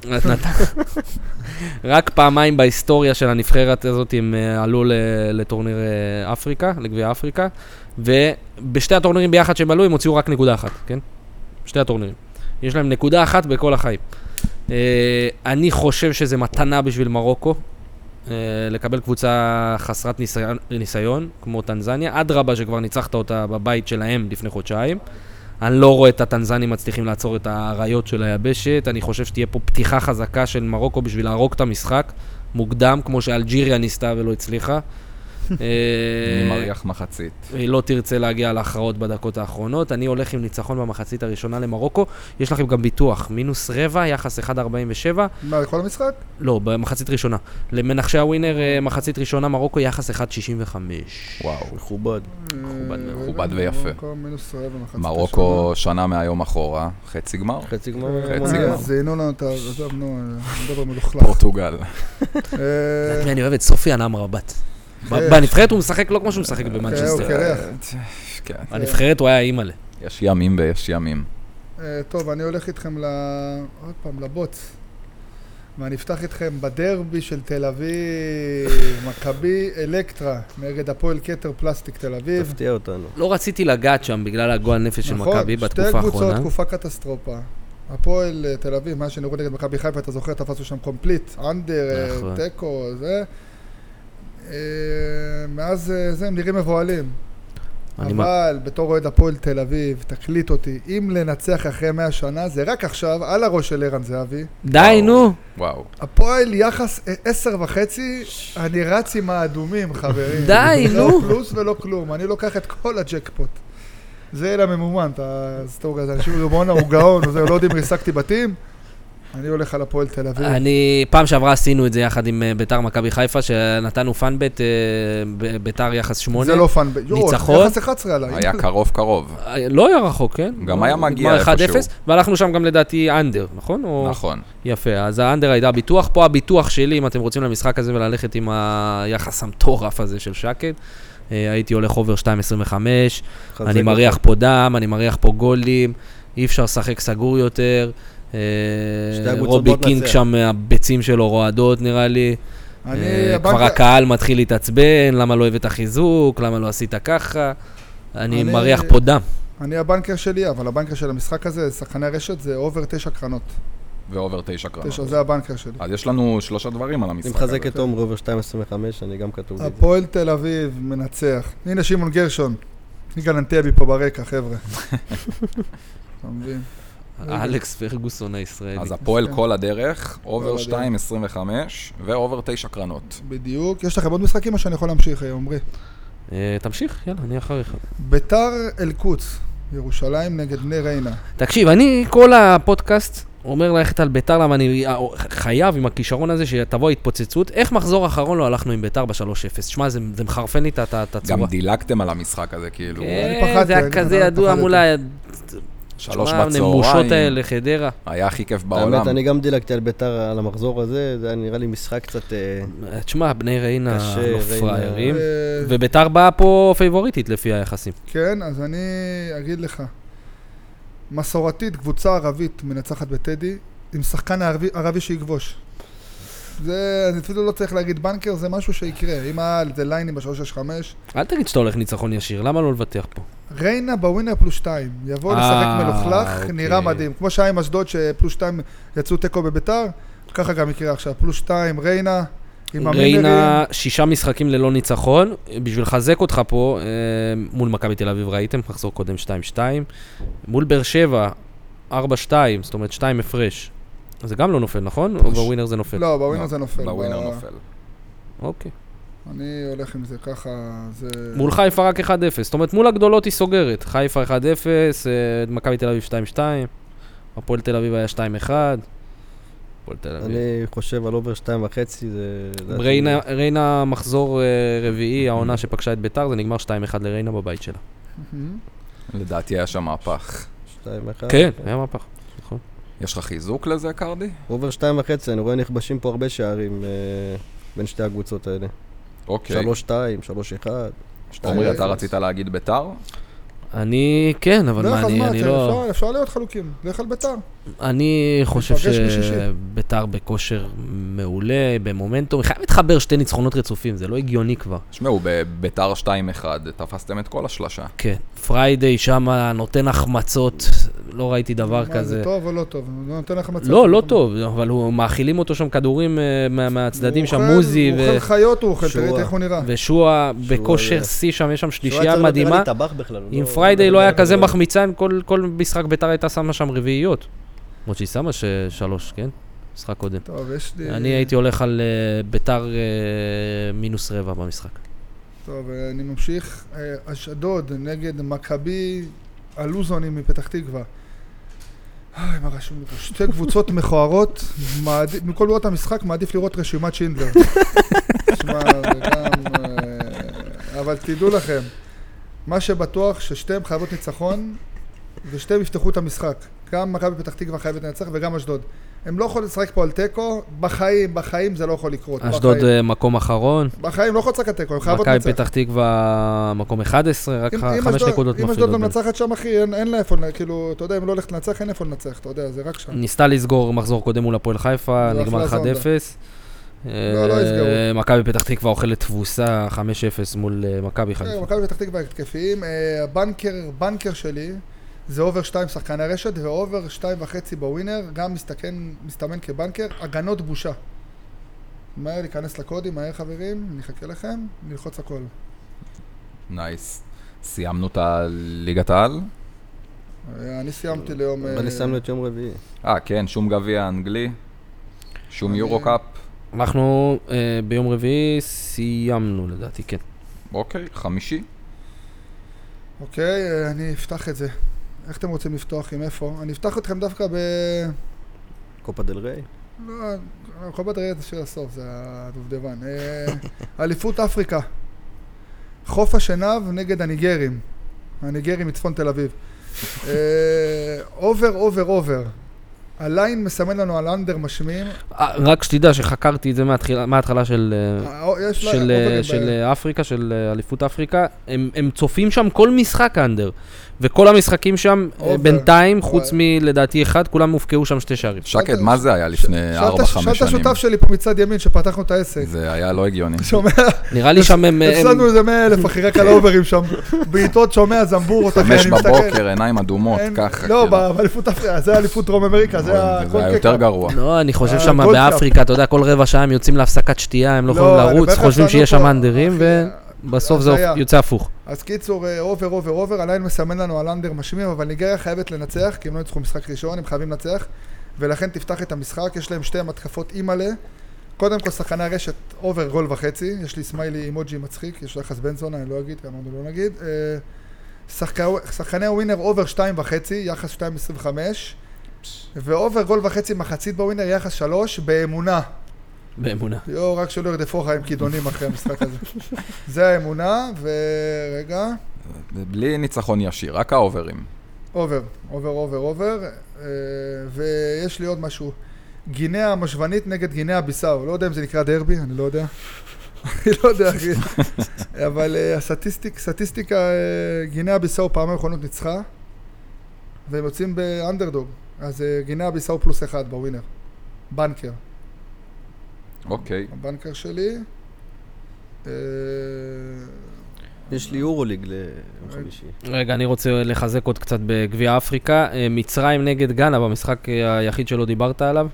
רק פעמיים בהיסטוריה של הנבחרת הזאת הם עלו לטורניר אפריקה, לגביע אפריקה, ובשתי הטורנירים ביחד שהם עלו הם הוציאו רק נקודה אחת, כן? שתי הטורנירים. יש להם נקודה אחת בכל החיים. אני חושב שזה מתנה בשביל מרוקו, לקבל קבוצה חסרת ניסיון, כמו טנזניה, עד רבה שכבר ניצחת אותה בבית שלהם לפני חודשיים. אני לא רואה את הטנזנים מצליחים לעצור את האריות של היבשת, אני חושב שתהיה פה פתיחה חזקה של מרוקו בשביל להרוג את המשחק, מוקדם, כמו שאלג'יריה ניסתה ולא הצליחה. אני מריח מחצית. היא לא תרצה להגיע להכרעות בדקות האחרונות. אני הולך עם ניצחון במחצית הראשונה למרוקו. יש לכם גם ביטוח, -4, יחס 1.47. מה, לכל המשחק? לא, במחצית ראשונה. למנחשי הווינר, מחצית ראשונה מרוקו, יחס 1.65. וואו, מכובד. מכובד ויפה. -4 מרוקו שנה מהיום אחורה, חצי גמר. חצי גמר. זיינו לנו את העזוב, נו, דבר מלוכלך. פורטוגל. אני אוהב את סופיאן אמרבת. בנבחרת הוא משחק לא כמו שהוא משחק במנצ'סטר. הוא קרח. בנבחרת הוא היה אימא'לה. יש ימים ויש ימים. טוב, אני הולך איתכם עוד פעם לבוץ. ואני אפתח איתכם בדרבי של תל אביב, מכבי אלקטרה, נגד הפועל כתר פלסטיק תל אביב. תפתיע אותנו. לא רציתי לגעת שם בגלל הגועל נפש של מכבי בתקופה האחרונה. שתי קבוצות, תקופה קטסטרופה. הפועל תל אביב, מה שנראו נגד מכבי חיפה, אתה זוכר, תפסו שם קומפליט, אנדר, טקו, זה. מאז זה הם נראים מבועלים. אבל בתור אוהד הפועל תל אביב, תקליט אותי, אם לנצח אחרי 100 שנה, זה רק עכשיו, על הראש של ערן זהבי. די, נו. וואו. הפועל יחס 10.5, אני רץ עם האדומים, חברים. די, נו. לא פלוס ולא כלום, אני לוקח את כל הג'קפוט. זה אלה ממומן, אתה סתור כזה, אנשים ריבונה, הוא גאון, הוא לא יודע אם ריסקתי בתים. אני הולך על הפועל תל אביב. פעם שעברה עשינו את זה יחד עם ביתר מכבי חיפה, שנתנו פאנבט, ביתר יחס 8. זה לא פאנבט. ניצחון. יחס 11 עליי. היה קרוב. לא היה רחוק, כן? גם היה מגיע איפשהו. 1-0, והלכנו שם גם לדעתי אנדר, נכון? נכון. יפה, אז האנדר הייתה ביטוח. פה הביטוח שלי, אם אתם רוצים למשחק הזה וללכת עם היחס המטורף הזה של שקד. הייתי הולך אובר 2.25, אני מריח פה דם, אני מריח פה גולים, אי אפשר לשחק סגור יותר. רובי קינג שם, הביצים שלו רועדות נראה לי. כבר הקהל מתחיל להתעצבן, למה לא הבאת החיזוק, למה לא עשית ככה. אני מריח פה דם. אני הבנקר שלי, אבל הבנקר של המשחק הזה, שחקני הרשת, זה אובר 9 קרנות. ואובר 9 קרנות. 9, זה הבנקר שלי. אז יש לנו 3 דברים על המשחק הזה. אני מחזק את עומר אובר 2.25, אני גם כתוב לי את זה. הפועל תל אביב מנצח. הנה שמעון גרשון. ניגל אנטבי פה ברקע, חבר'ה. אתה מבין? אלכס פרגוסון הישראלי. אז הפועל כל הדרך, אובר 2.25 ואובר 9 קרנות. בדיוק. יש לכם עוד משחקים או שאני יכול להמשיך, עומרי? תמשיך, יאללה, אני אחריך. ביתר אל-קודס, ירושלים נגד בני ריינה. תקשיב, אני כל הפודקאסט אומר ללכת על ביתר, למה אני חייב עם הכישרון הזה שתבוא התפוצצות. איך מחזור האחרון לא הלכנו עם ביתר ב-3-0? שמע, זה מחרפן לי את הצורה. גם דילגתם על המשחק הזה, כאילו. כן, זה היה כזה ידוע מול 3 נמושות האלה, חדרה. היה הכי כיף בעולם. האמת, אני גם דילגתי על ביתר על המחזור הזה, זה היה נראה לי משחק קצת... תשמע, בני ריינה לא פריירים, וביתר באה פה פייבוריטית לפי היחסים. כן, אז אני אגיד לך. מסורתית, קבוצה ערבית מנצחת בטדי, עם שחקן ערבי שיגבוש. זה, אני אפילו לא צריך להגיד בנקר, זה משהו שיקרה. אם היה זה ליינים ב-365. אל תגיד שאתה הולך ניצחון ישיר, למה לא לבטח פה? ריינה בווינר פלוס 2. יבוא לשחק מלוכלך, נראה מדהים. כמו שהיה עם אשדוד שפלוס 2 יצאו תיקו בביתר, ככה גם יקרה עכשיו. פלוס 2, ריינה. ריינה 6 משחקים ללא ניצחון, בשביל לחזק אותך פה, מול מכבי תל אביב ראיתם, מחזור קודם 2-2, מול באר שבע 4-2, זאת אומרת 2 הפרש. זה גם לא נופל, נכון? או בווינר זה נופל? לא, בווינר זה נופל. בווינר נופל. אוקיי. אני הולך עם זה ככה, זה... מול חיפה רק 1-0, זאת אומרת מול הגדולות היא סוגרת. חיפה 1-0, מכבי תל אביב 2-2, הפועל תל אביב היה 2-1. אני חושב על אובר 2.5, זה... ריינה מחזור רביעי, העונה שפגשה את ביתר, זה נגמר 2-1 לריינה בבית שלה. לדעתי היה שם מהפך. 2-1? כן, היה מהפך, נכון. יש לך חיזוק לזה, קרדי? אובר 2.5, אני רואה נכבשים פה הרבה שערים בין שתי הקבוצות האלה. אוקיי. 3-2, 3-1. עומרי, אתה רצית להגיד ביתר? אני, כן, אבל מה, אני לא... אפשר להיות חלוקים, לך על ביתר. אני חושב שביתר בכושר מעולה, במומנטום, חייב להתחבר 2 ניצחונות רצופים, זה לא הגיוני כבר. שמעו, בביתר 2-1, תפסתם את כל השלשה. כן, פריידי שם נותן החמצות, לא ראיתי דבר כזה. זה טוב או לא טוב? הוא נותן החמצות. לא טוב, אבל מאכילים אותו שם כדורים מהצדדים שם, מוזי. הוא אוכל חיות, הוא אוכל, תראית איך הוא נראה. ושועה בכושר C שם, יש שם שלישייה מדהימה. עם פריידי לא לא היה כזה מחמיצן, כל משחק ביתר הייתה שמה שם רביעיות. למרות שהיא שמה 3, כן? משחק קודם. טוב, יש לי... אני הייתי הולך על ביתר מינוס רבע במשחק. טוב, אני ממשיך. אשדוד נגד מכבי הלוזונים מפתח תקווה. מה רשום לי פה? 2 קבוצות מכוערות. מכל לראות המשחק מעדיף לראות רשימת שינדלר. תשמע, זה גם... אבל תדעו לכם. מה שבטוח ששתיהם חייבות ניצחון, ושתיהם יפתחו את המשחק. גם מכבי פתח תקווה חייבת לנצח וגם אשדוד. הם לא יכולים לשחק פה על טקו, בחיים זה לא יכול לקרות. אשדוד מקום אחרון. בחיים לא יכול לשחק על טקו, הם חייבות לנצח. מכבי פתח תקווה מקום 11, רק 5 נקודות מפרידות. אם אשדוד לא מנצחת שם, אחי, אין לה איפה, כאילו, אתה יודע, אם לא הולכת לנצח, אין איפה לנצח, אתה יודע, זה רק שם. ניסתה לסגור מחזור קודם מול הפועל חיפה, נגמר 1-0. לא יסגרו. מכבי פתח תקווה אוכלת תבוסה 5-0 מול מכבי חיפה. מכבי פתח תקווה התקפיים. הבנקר שלי זה אובר 2 שחקני רשת ואובר 2.5 בווינר, גם מסתמן כבנקר, הגנות בושה. מהר להיכנס לקודים, מהר חברים, נחכה לכם, נלחוץ הכל. נייס. סיימנו את ליגת העל? אני סיימתי ליום... אני סיימנו את יום רביעי. כן, שום גביע אנגלי, שום יורו קאפ. אנחנו ביום רביעי סיימנו לדעתי, כן. אוקיי, חמישי. אוקיי, אני אפתח את זה. איך אתם רוצים לפתוח, עם איפה? אני אפתח אתכם דווקא קופה דל ריי? לא, קופה דל ריי זה שיר הסוף, זה הדובדבן. אליפות אפריקה. חוף השנב נגד הניגרים. הניגרים מצפון תל אביב. אובר. הליין מסמן לנו על אנדר משמים. רק שתדע שחקרתי את זה מההתחלה של אפריקה, של אליפות אפריקה, הם צופים שם כל משחק אנדר, וכל המשחקים שם בינתיים, חוץ מלדעתי אחד, כולם מופקעו שם 2 שערים. שקד, מה זה היה לפני 4-5 שנים? שאלת השותף שלי פה מצד ימין, שפתחנו את העסק. זה היה לא הגיוני. שומע? נראה לי שם הם... הפסדנו איזה 100,000 אחרי רק על האוברים שם. בעיטות שומע זמבור אותך, 5 בבוקר, עיניים אדומות, ככה. לא, באליפות אפריקה, זה אליפות דרום אמריקה, זה היה יותר גרוע. לא, אני חושב שם באפריקה, אתה יודע, כל רבע שעה הם יוצאים להפסקת שתייה, הם לא יכולים לרוץ, חושבים שיש שם אנדרים, ובסוף זה יוצא הפוך. אז קיצור, אובר, הליין מסמן לנו על אנדר משמים, אבל ניגריה חייבת לנצח, כי הם לא ניצחו משחק ראשון, הם חייבים לנצח, ולכן תפתח את המשחק, יש להם 2 מתקפות אימאלה. קודם כל, שחקני הרשת, אובר גול וחצי, יש לי סמיילי אימוג'י מצחיק, יש לו יחס בן זונה, אני לא אגיד, אמרנו לא נגיד. שחקני ווינר אובר 2.5, יחס 2.25, ואובר גול וחצי מחצית בווינר, יחס 3, באמונה. באמונה. רק שלא ירדפו לך עם כידונים אחרי המשחק הזה. זה האמונה, ורגע. בלי ניצחון ישיר, רק האוברים. אובר, ויש לי עוד משהו. גינאה המשוונית נגד גינאה ביסאו, לא יודע אם זה נקרא דרבי, אני לא יודע. אני לא יודע, אבל הסטטיסטיקה, גינאה ביסאו פעמיים האחרונות ניצחה, והם יוצאים באנדרדוג, אז גינאה ביסאו +1 בווינר, בנקר. אוקיי. הבנקר שלי. יש לי יורוליג לחמישי. רגע, אני רוצה לחזק עוד קצת בגביע אפריקה. מצרים נגד גאנה, במשחק היחיד שלא דיברת עליו.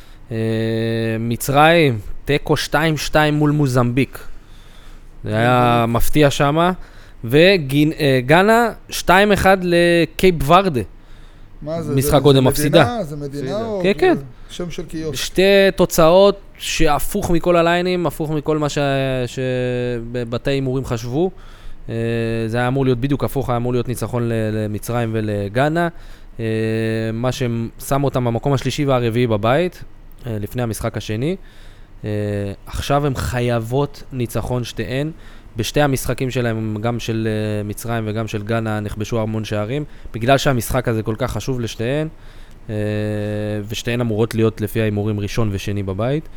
מצרים, תיקו 2-2 מול מוזמביק. זה היה מפתיע שמה. וגאנה 2-1 לקייפ ורדה. מה זה? משחק קודם מפסידה. זה מדינה או כן. שם של קיוסק? 2 תוצאות שהפוך מכל הליינים, הפוך מכל מה שבתי הימורים חשבו. זה היה אמור להיות בדיוק הפוך, היה אמור להיות ניצחון למצרים ולגאנה. מה ששם אותם במקום השלישי והרביעי בבית, לפני המשחק השני. עכשיו הם חייבות ניצחון שתיהן. בשתי המשחקים שלהם, גם של מצרים וגם של גאנה, נכבשו המון שערים. בגלל שהמשחק הזה כל כך חשוב לשתיהן, ושתיהן אמורות להיות לפי ההימורים ראשון ושני בבית.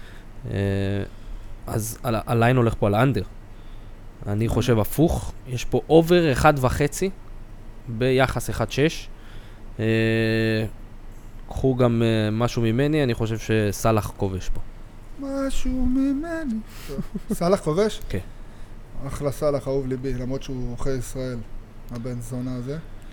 אז הליין הולך פה על האנדר. אני חושב הפוך, יש פה אובר 1.5 ביחס 1.6. קחו גם משהו ממני, אני חושב שסלח כובש פה. משהו ממני. סלח כובש? כן. אחלה סלח, אהוב ליבי, למרות שהוא אוכל ישראל, הבן זונה הזה.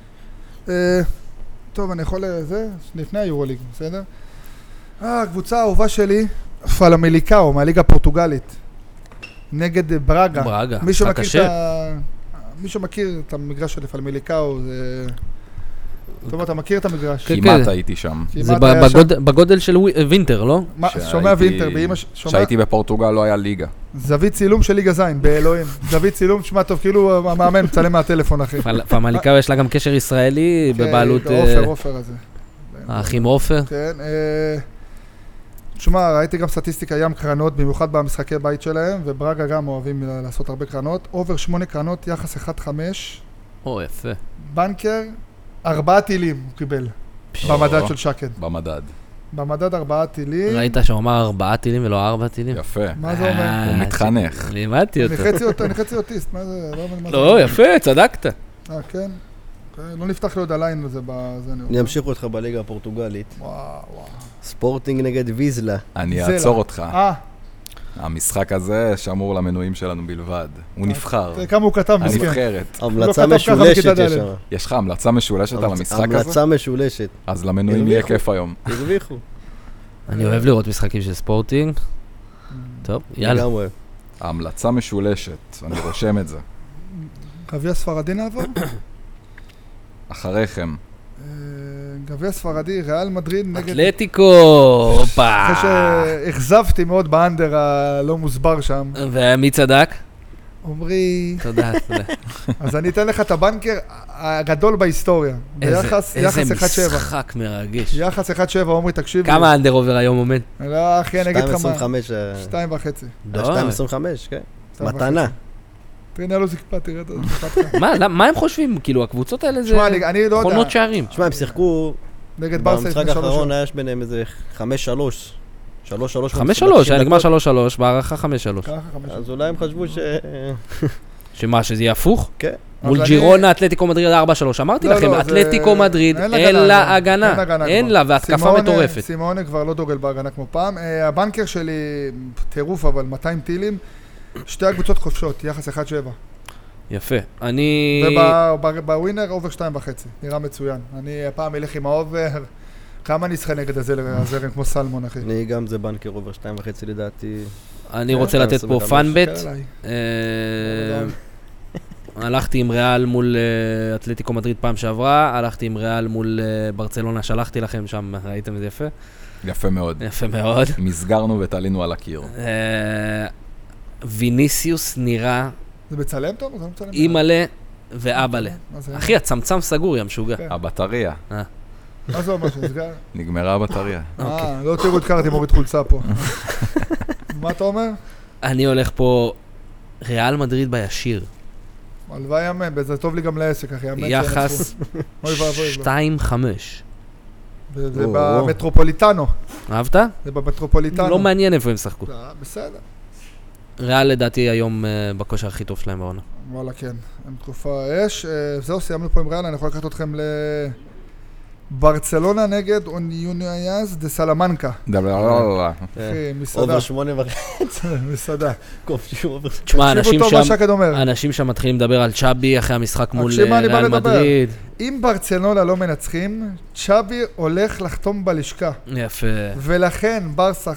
טוב, אני יכול לזה, לפני היורוליג, בסדר? הקבוצה האהובה שלי, פלמיליקאו, מהליגה הפורטוגלית. נגד ברגה. ברגה, משחק קשה. מי שמכיר את המגרש של פלמיליקאו, זה... זאת אומרת, אתה מכיר את המגרש? כמעט הייתי שם. זה בגודל של וינטר, לא? שומע וינטר, כשהייתי בפורטוגל לא היה ליגה. זווית צילום של ליגה זין, באלוהים. זווית צילום, תשמע טוב, כאילו המאמן מצלם מהטלפון, אחי. פלמיליקאו יש לה גם קשר ישראלי בבעלות... עופר הזה. האחים עופר. כן. תשמע, ראיתי גם סטטיסטיקה ים קרנות, במיוחד במשחקי בית שלהם, וברגה גם אוהבים לעשות הרבה קרנות. אובר 8 קרנות, יחס 1.5. יפה. בנקר, 4 טילים הוא קיבל, במדד של שקד. במדד 4 טילים. ראית שהוא אמר 4 טילים ולא 4 טילים? יפה. מה זה אומר? הוא מתחנך. לימדתי אותו. אני חצי אוטיסט, מה זה? לא, יפה, צדקת. כן. לא נפתח לי עוד הליין הזה. אני אמשיך אותך בליגה הפורטוגלית. וואו. ספורטינג נגד ויזלה. אני אעצור אותך. המשחק הזה שמור למנויים שלנו בלבד. הוא נבחר. כמה הוא כתב מסכן. הנבחרת. המלצה משולשת יש שם. יש לך המלצה משולשת על המשחק הזה? המלצה משולשת. אז למנויים יהיה כיף היום. הרוויחו. אני אוהב לראות משחקים של ספורטינג. טוב, יאללה. ההמלצה משולשת, אני רושם את זה. גביע ספרדי נעבור? אחריכם. גביע ספרדי, ריאל מדריד נגד... אתלטיקו, הופה. אחרי שהחזבתי מאוד באנדר הלא מוסבר שם. ומי צדק? עומרי... תודה. אז אני אתן לך את הבנקר הגדול בהיסטוריה. ביחס 1.7. איזה משחק מרגש. יחס 1.7, עומרי, תקשיב. כמה האנדר עובר היום עומד? לא, אחי, אני אגיד לך מה. 2.25. 2.5. 2.25, כן. מתנה. תראה, לא זקפה, תראה את זה. מה הם חושבים? כאילו, הקבוצות האלה זה אני לא יודע. חונות שערים. שמע, הם שיחקו נגד ברסה לפני 3 במשחק האחרון שעות. היה ביניהם איזה 5-3. 3-3. 5-3, היה נגמר 3-3, בהערכה 5-3. ככה 5 אז אולי הם חשבו שמה, שזה יהיה הפוך? כן. מול אז ג'ירונה, אתלטיקו מדריד 4-3. אמרתי לא, לכם, לא, אתלטיקו זה- מדריד, אין לה אין הגנה, לה אין הגנה. הגנה אין כבר. לה, והתקפה סימונה- מטורפת. סימונה כבר לא דוגל בהגנה כמו פעם. הבנקר שלי, טירוף אבל 200 טילים. שתי הקבוצות חופשות, יחס 1-7. יפה. אני... ובווינר אובר 2.5. נראה מצוין. אני הפעם אלך עם האובר. כמה נשחה נגד הזרם כמו סלמון, אחי. אני גם זה בנקר אובר 2.5 לדעתי. אני רוצה לתת פה 25, פאנבט. תסתכל עליי. הלכתי עם ריאל מול אתלטיקו מדריד פעם שעברה, הלכתי עם ריאל מול ברצלונה, שלחתי לכם שם, ראיתם את זה יפה? יפה מאוד. יפה מאוד. מסגרנו ותעלינו על הקיר. ויניסיוס נראה זה מצלם טוב? זה לא מצלם? אימא'לה ואבא'לה. מה זה? אחי, הצמצם סגור, יא משוגע. כן. הבטריה. מה זה אומר שנסגר? נגמרה הבטריה. לא תראו את קרתי מוריד חולצה פה. מה אתה אומר? אני הולך פה ריאל מדריד בישיר. הלוואי אמן, זה טוב לי גם לעסק, אחי. אמן יחס שינצחו. אוי ואבוי. 2-5. זה או. במטרופוליטנו. אהבת? זה במטרופוליטנו. לא מעניין איפה הם שחקו. בסדר. ריאל לדעתי היום בכושר הכי טוב שלהם בעונה. וואלה, כן. הם תקופה אש. זהו, סיימנו פה עם ריאל, אני יכול לקחת אתכם לברצלונה נגד אוניוניאז דה סלמנקה. אחי, מסעדה. אובר 8.5. מסעדה. כובשים אובר. תשמע, תקשיבו טוב מה שקד אומר. אנשים שם מתחילים לדבר על צ'אבי אחרי המשחק מול תקשיב מה אני בא ריאל לדבר. מדריד. אם ברצלונה לא מנצחים, צ'אבי הולך לחתום בלשכה. יפה. ולכן ברסה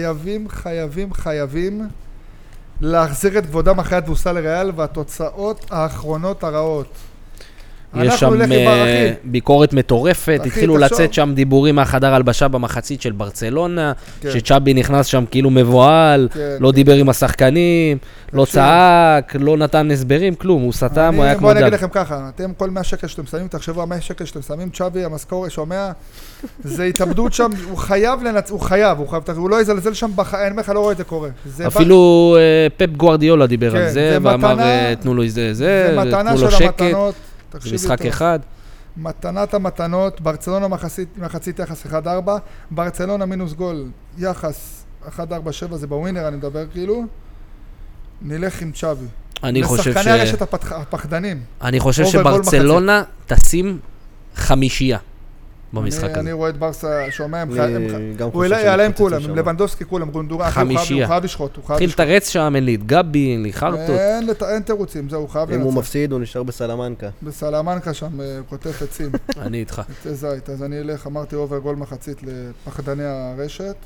חייבים להחזיר את כבודם אחרי התבוסה לריאל והתוצאות האחרונות הרעות. יש אנחנו שם הולך עם אחי. ביקורת מטורפת, אחי, התחילו תחשוב. לצאת שם דיבורים מהחדר הלבשה במחצית של ברצלונה, כן. שצ'אבי נכנס שם כאילו מבוהל, כן, לא כן. דיבר עם השחקנים, לא תקשיב. צעק, לא נתן הסברים, כלום, הוא סתם, הוא היה כמו בוא אני אגיד דג. לכם ככה, אתם כל 100 שקל שאתם שמים, תחשבו על 100 שקל שאתם שמים, צ'אבי, המשכורת, שומע, זה התאבדות שם, הוא חייב הוא לא יזלזל שם, אני אומר לך, לא רואה את זה קורה. זה אפילו פפ גוארדיולה דיבר כן, על זה, זה ואמר, מתנה- תנו לו זה, זה מתנה תנו לו של שקט, המתנות, זה תקשיבי משחק טוב. אחד. מתנת המתנות, ברצלונה מחצית יחס 1-4, ברצלונה מינוס גול, יחס 1-4-7, זה בווינר, אני מדבר כאילו, נלך עם צ'אבי. אני חושב לשחקני הרשת הפחדנים. אני חושב אובר גול שברצלונה תשים 5 במשחק אני הזה. רואה את ברסה, שומע, אני גם הוא חושב יעלה עם שמתפוצצים כולם, שם. עם לבנדובסקי כולם, גונדורה, אחי, הוא 5. חייב לשחוט, הוא חייב התחיל לשחוט. לתרץ שם, אין לי את גבי, אין לי חרטות. אין תירוצים, זהו, הוא חייב אם הוא לנצח. מפסיד, הוא נשאר בסלמנקה. בסלמנקה שם, קוטף עצים, אני איתך. עצי זית, אז אני אלך, אמרתי אובר גול מחצית לפחדני הרשת.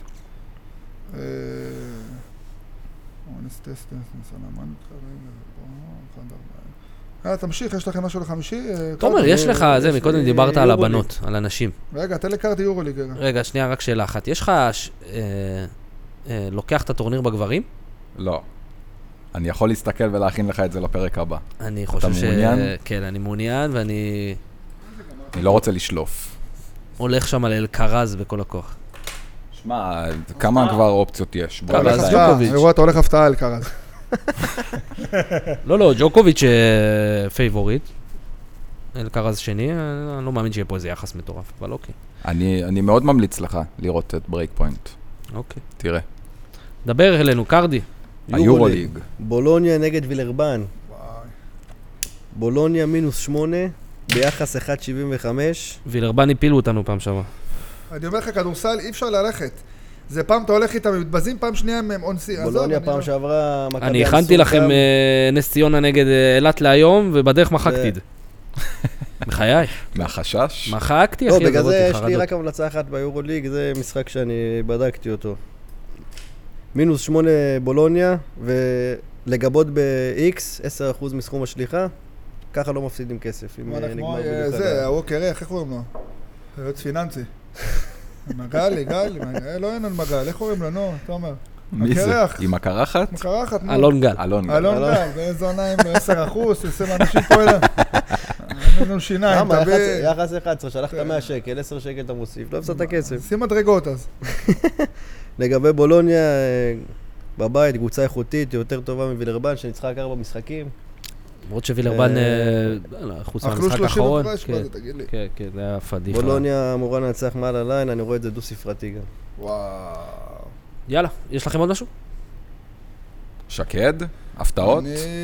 תמשיך, יש לכם משהו לחמישי? תומר, יש לך, זה, מקודם דיברת על הבנות, על הנשים. רגע, תן לקרתי יורוליג. רגע, שנייה, רק שאלה אחת. יש לך, לוקח את הטורניר בגברים? לא. אני יכול להסתכל ולהכין לך את זה לפרק הבא. אני חושב מעוניין? כן, אני מעוניין, ואני אני לא רוצה לשלוף. הולך שם על אלקרז בכל הכוח. שמע, כמה כבר אופציות יש? בוא כמה? נראה. אז הפתעה, ג'וקוביץ'. אני רואה, אתה הולך הפתעה על קרז. לא, ג'וקוביץ' פייבוריט. אלקרז שני, אני לא מאמין שיהיה פה איזה יחס מטורף, אבל אוקיי. אני מאוד ממליץ לך לראות את ברייק פוינט. אוקיי. תראה. דבר אלינו, קרדי. היורוליג. בולוניה נגד וילרבן. בולוניה מינוס 8, ביחס 1.75. וילרבן הפילו אותנו פעם שעברה. אני אומר לך, כדורסל אי אפשר ללכת. זה פעם אתה הולך איתם, הם מתבזים, פעם שנייה הם אונסי. בולוניה פעם שעברה, מכבי אני אנסו הכנתי לכם אותם. נס ציונה נגד אילת להיום, ובדרך מחקתי את זה. בחיי. מהחשש? מחקתי, לא, אחי, בגלל עזוב זה אותי, יש לי חרדות. רק המלצה אחת ביורוליג, זה משחק שאני בדקתי אותו. מינוס 8 בולוניה, ולגבות ב-X, 10% מסכום השליחה, ככה לא מפסידים כסף. אם וואלה, נגמר כמו בדיוק זה, עד ה- הווקר, איך קוראים לו? יועץ פיננסי. מגלי, לא אין על מגל, איך קוראים לו, נו, אתה אומר. מי זה? הקרח. עם הקרחת? מקרחת, נו. אלון גל. אלון גל. אלון גל, באיזו עונה עם 10%, עושה לאנשים פה אלה. אין לנו שיניים, למה? תביא... יחס 11, שלחת 100 שקל, 10 שקל אתה מוסיף, לא הפסדת כסף. שים מדרגות אז. לגבי בולוניה, בבית, קבוצה איכותית, יותר טובה מווילרבן, שניצחה 4 משחקים. למרות שווילרבן, חוץ מהמשחק האחרון. אכלו 30 הפרש, תגיד לי. כן, כן, זה היה פדיחה. בולוניה אמורה לנצח מעל הליין, אני רואה את זה דו-ספרתי גם. וואו. יאללה, יש לכם עוד משהו? שקד? הפתעות?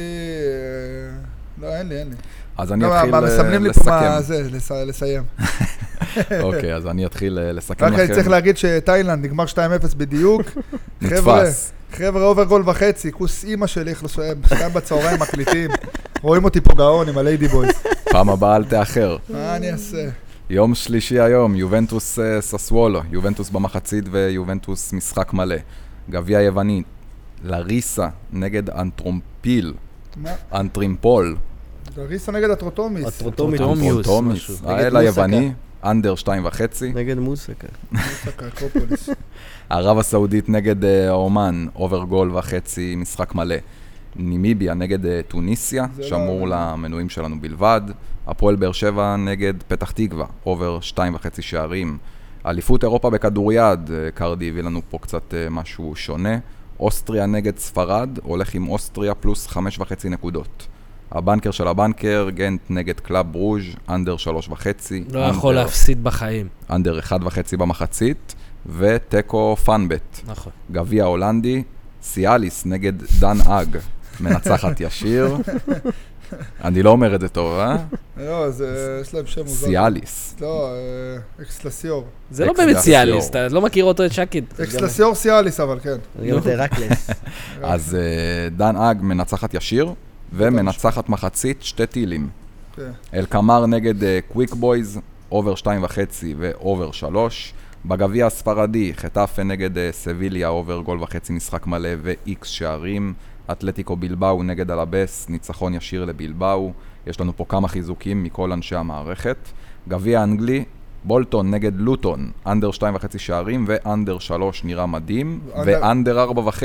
לא, אין לי. אז אני אתחיל מסמנים לי פה מה לסכם. זה, לסיים. אוקיי, אז אני אתחיל לסכם רק לכם. אני צריך להגיד שתאילנד נגמר 2-0 בדיוק. נתפס. חבר'ה, אובר גול וחצי, כוס אימא שלי, סתם בצהריים מקליטים. רואים אותי פה גאון עם הליידי בויז. פעם הבאה אל תאחר. מה אני אעשה? יום שלישי היום, יובנטוס ססוולו, יובנטוס במחצית ויובנטוס משחק מלא. גביע יווני, לריסה נגד אנטרומפיל, מה? אנטרימפול. ריסה נגד הטרוטומיס. אנטרוטומיוס, משהו. האל היווני, אנדר 2.5. נגד מוסקה. מוסקה, אקרופוליס. ערב הסעודית נגד אומן, אובר גול וחצי משחק מלא. נימיביה נגד טוניסיה, שמור למנויים שלנו בלבד. הפועל באר שבע נגד פתח תקווה, אובר 2.5 שערים. אליפות אירופה בכדוריד, קרדי הביא לנו פה קצת משהו שונה. אוסטריה נגד ספרד, הולך עם אוסטריה פלוס 5.5 נקודות. הבנקר של הבנקר, גנט נגד קלאב ברוז', אנדר 3.5. לא יכול להפסיד בחיים. אנדר 1.5 במחצית, וטקו פאנבט. נכון. גביע הולנדי, סיאליס נגד דן אג, מנצחת ישיר. אני לא אומר את זה טוב, אה? לא, יש להם שם מוזר. סיאליס. לא, אקסלסיור. זה לא באמת סיאליס, אתה לא מכיר אותו את שקד. אקסלסיור סיאליס, אבל כן. אני גם את הרקלס. אז דן אג מנצחת ישיר, ומנצחת מחצית 2 טילים. אל קמר נגד קוויק בויז, אובר 2.5 ואובר 3. בגביע הספרדי, חטאפה נגד סביליה, אובר גול וחצי משחק מלא ו-X שערים. אתלטיקו בילבאו נגד אלאבס, ניצחון ישיר לבילבאו. יש לנו פה כמה חיזוקים מכל אנשי המערכת. גביע אנגלי, בולטון נגד לוטון, אנדר 2.5 שערים ואנדר 3 נראה מדהים, ואנדר 4.5.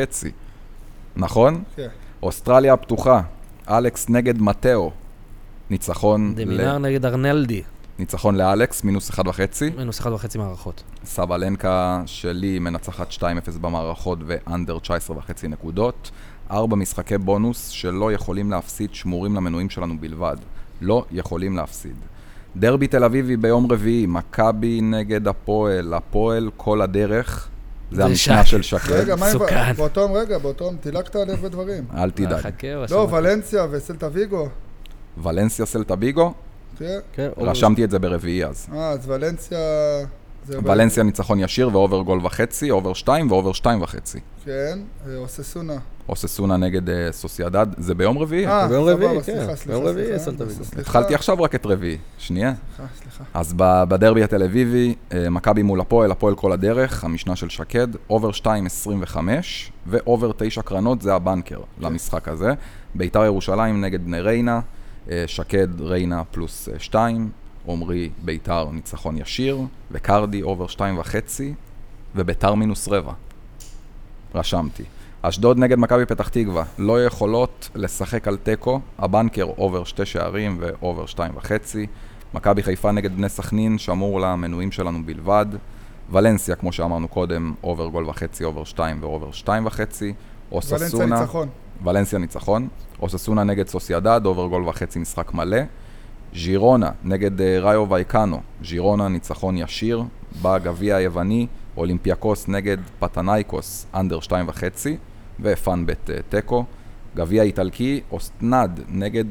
נכון? כן. אוסטרליה הפתוחה, אלכס נגד מטאו, ניצחון דמינר נגד ארנלדי. ניצחון לאלכס, מינוס 1.5. מינוס 1.5 מערכות. סבלנקה שלי מנצחת 2-0 במערכות ואנדר 19.5 נקודות. 4 משחקי בונוס שלא יכולים להפסיד, שמורים למנויים שלנו בלבד. לא יכולים להפסיד. דרבי תל אביבי ביום רביעי, מכבי נגד הפועל, הפועל כל הדרך. זה המשנה של שקד. רגע, באותו תילקת על הרבה דברים. אל תדאג. לא, ולנסיה וסלטה ויגו. ולנסיה סלטה ויגו? כן. רשמתי את זה ברביעי אז. אז ולנסיה... ולנסיה ניצחון ישיר ואובר גול וחצי, אובר 2 ואובר 2.5. כן, אוססונה. אוססונה נגד סוסיידד, זה ביום רביעי. ביום רביעי, כן. סליחה. ביום רביעי, סלטה ויגו. התחלתי עכשיו רק את רביעי, שנייה. סליחה. אז בדרבי התל אביבי, מכבי מול הפועל, הפועל כל הדרך, המשנה של שקד, אובר 2.25 ואובר 9 קרנות, זה הבנקר למשחק הזה. ביתר ירושלים נגד בני ריינה, שקד ריינה פלוס 2, עומרי ביתר ניצחון ישיר, וקרדי אובר 2.5 וביתר מינוס רבע. רשמתי. אשדוד נגד מכבי פתח תקווה, לא יכולות לשחק על טקו, הבנקר אובר 2 שערים ואובר 2.5. מכבי חיפה נגד בני סכנין, שמור למנויים שלנו בלבד. ולנסיה, כמו שאמרנו קודם, אובר גול וחצי, אובר 2 ואובר 2.5. אוססונה, ולנסיה ניצחון. אוססונה נגד סוסיידד, אובר גול וחצי משחק מלא. ז'ירונה נגד ראיו וייקנו, ז'ירונה ניצחון ישיר. בגביע היווני, אולימפיאקוס נגד פטנייקוס, אנדר 2.5 ופאנבט טקו. גביע איטלקי, אוסטנד נגד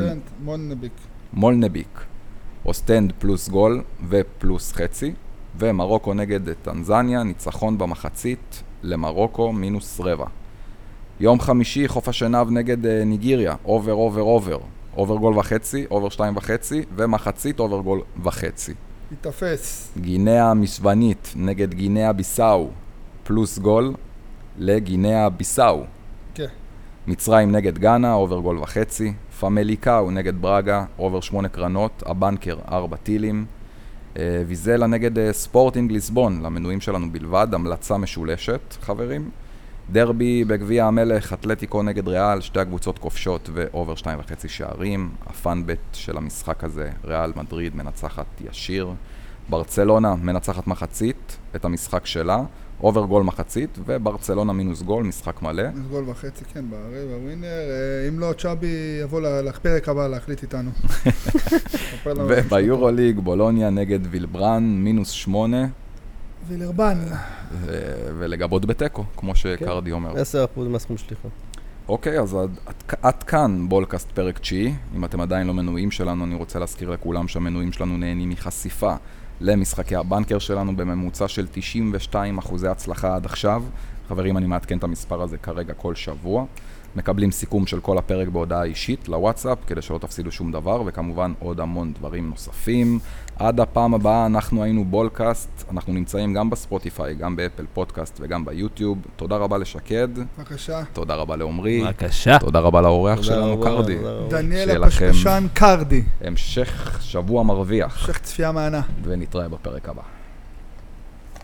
מולנביק, אוסטנד פלוס גול ופלוס חצי. ומרוקו נגד טנזניה, ניצחון במחצית למרוקו מינוס רבע. יום חמישי, חוף השנהב נגד ניגריה, אובר גול וחצי, אובר 2.5 ומחצית אובר גול וחצי. התאפס. גינאה המסוונית נגד גינאה ביסאו, פלוס גול לגינאה ביסאו. כן. מצרים נגד גאנה, אובר גול וחצי. פמליקאו נגד ברגה, אובר 8 קרנות, הבנקר 4 טילים. ויזלה נגד ספורטינג ליסבון, למנויים שלנו בלבד, המלצה משולשת, חברים. דרבי בגביע המלך, אתלטיקו נגד ריאל, 2 הקבוצות כובשות ואובר 2.5 שערים. הפאנבט של המשחק הזה, ריאל מדריד מנצחת ישיר. ברצלונה מנצחת מחצית את המשחק שלה, אובר גול מחצית, וברצלונה מינוס גול, משחק מלא. מינוס גול וחצי, כן, בווינר. אם לא, צ'אבי יבוא לפרק הבא להחליט איתנו. וביורוליג, בולוניה נגד וילברן, מינוס 8. וילרבן. ולגבות בטקו, כמו שקרדי אומר. 10% מהסכום שליחה. אוקיי, אז עד כאן בולקאסט פרק 9. אם אתם עדיין לא מנויים שלנו, אני רוצה להזכיר לכולם שהמנויים שלנו נהנים מחשיפה למשחקי הבנקר שלנו בממוצע של 92% הצלחה עד עכשיו. חברים, אני מעדכן את המספר הזה כרגע כל שבוע. מקבלים סיכום של כל הפרק בהודעה אישית לוואטסאפ, כדי שלא תפסידו שום דבר, וכמובן עוד המון דברים נוספים. עד הפעם הבאה אנחנו היינו בולקאסט, אנחנו נמצאים גם בספוטיפיי, גם באפל פודקאסט וגם ביוטיוב. תודה רבה לשקד. בבקשה. תודה רבה לעומרי. בבקשה. תודה רבה לאורח שלנו, קרדי. דניאל הפשפשן קרדי. המשך שבוע מרוויח. המשך צפייה מענה. ונתראה בפרק הבא.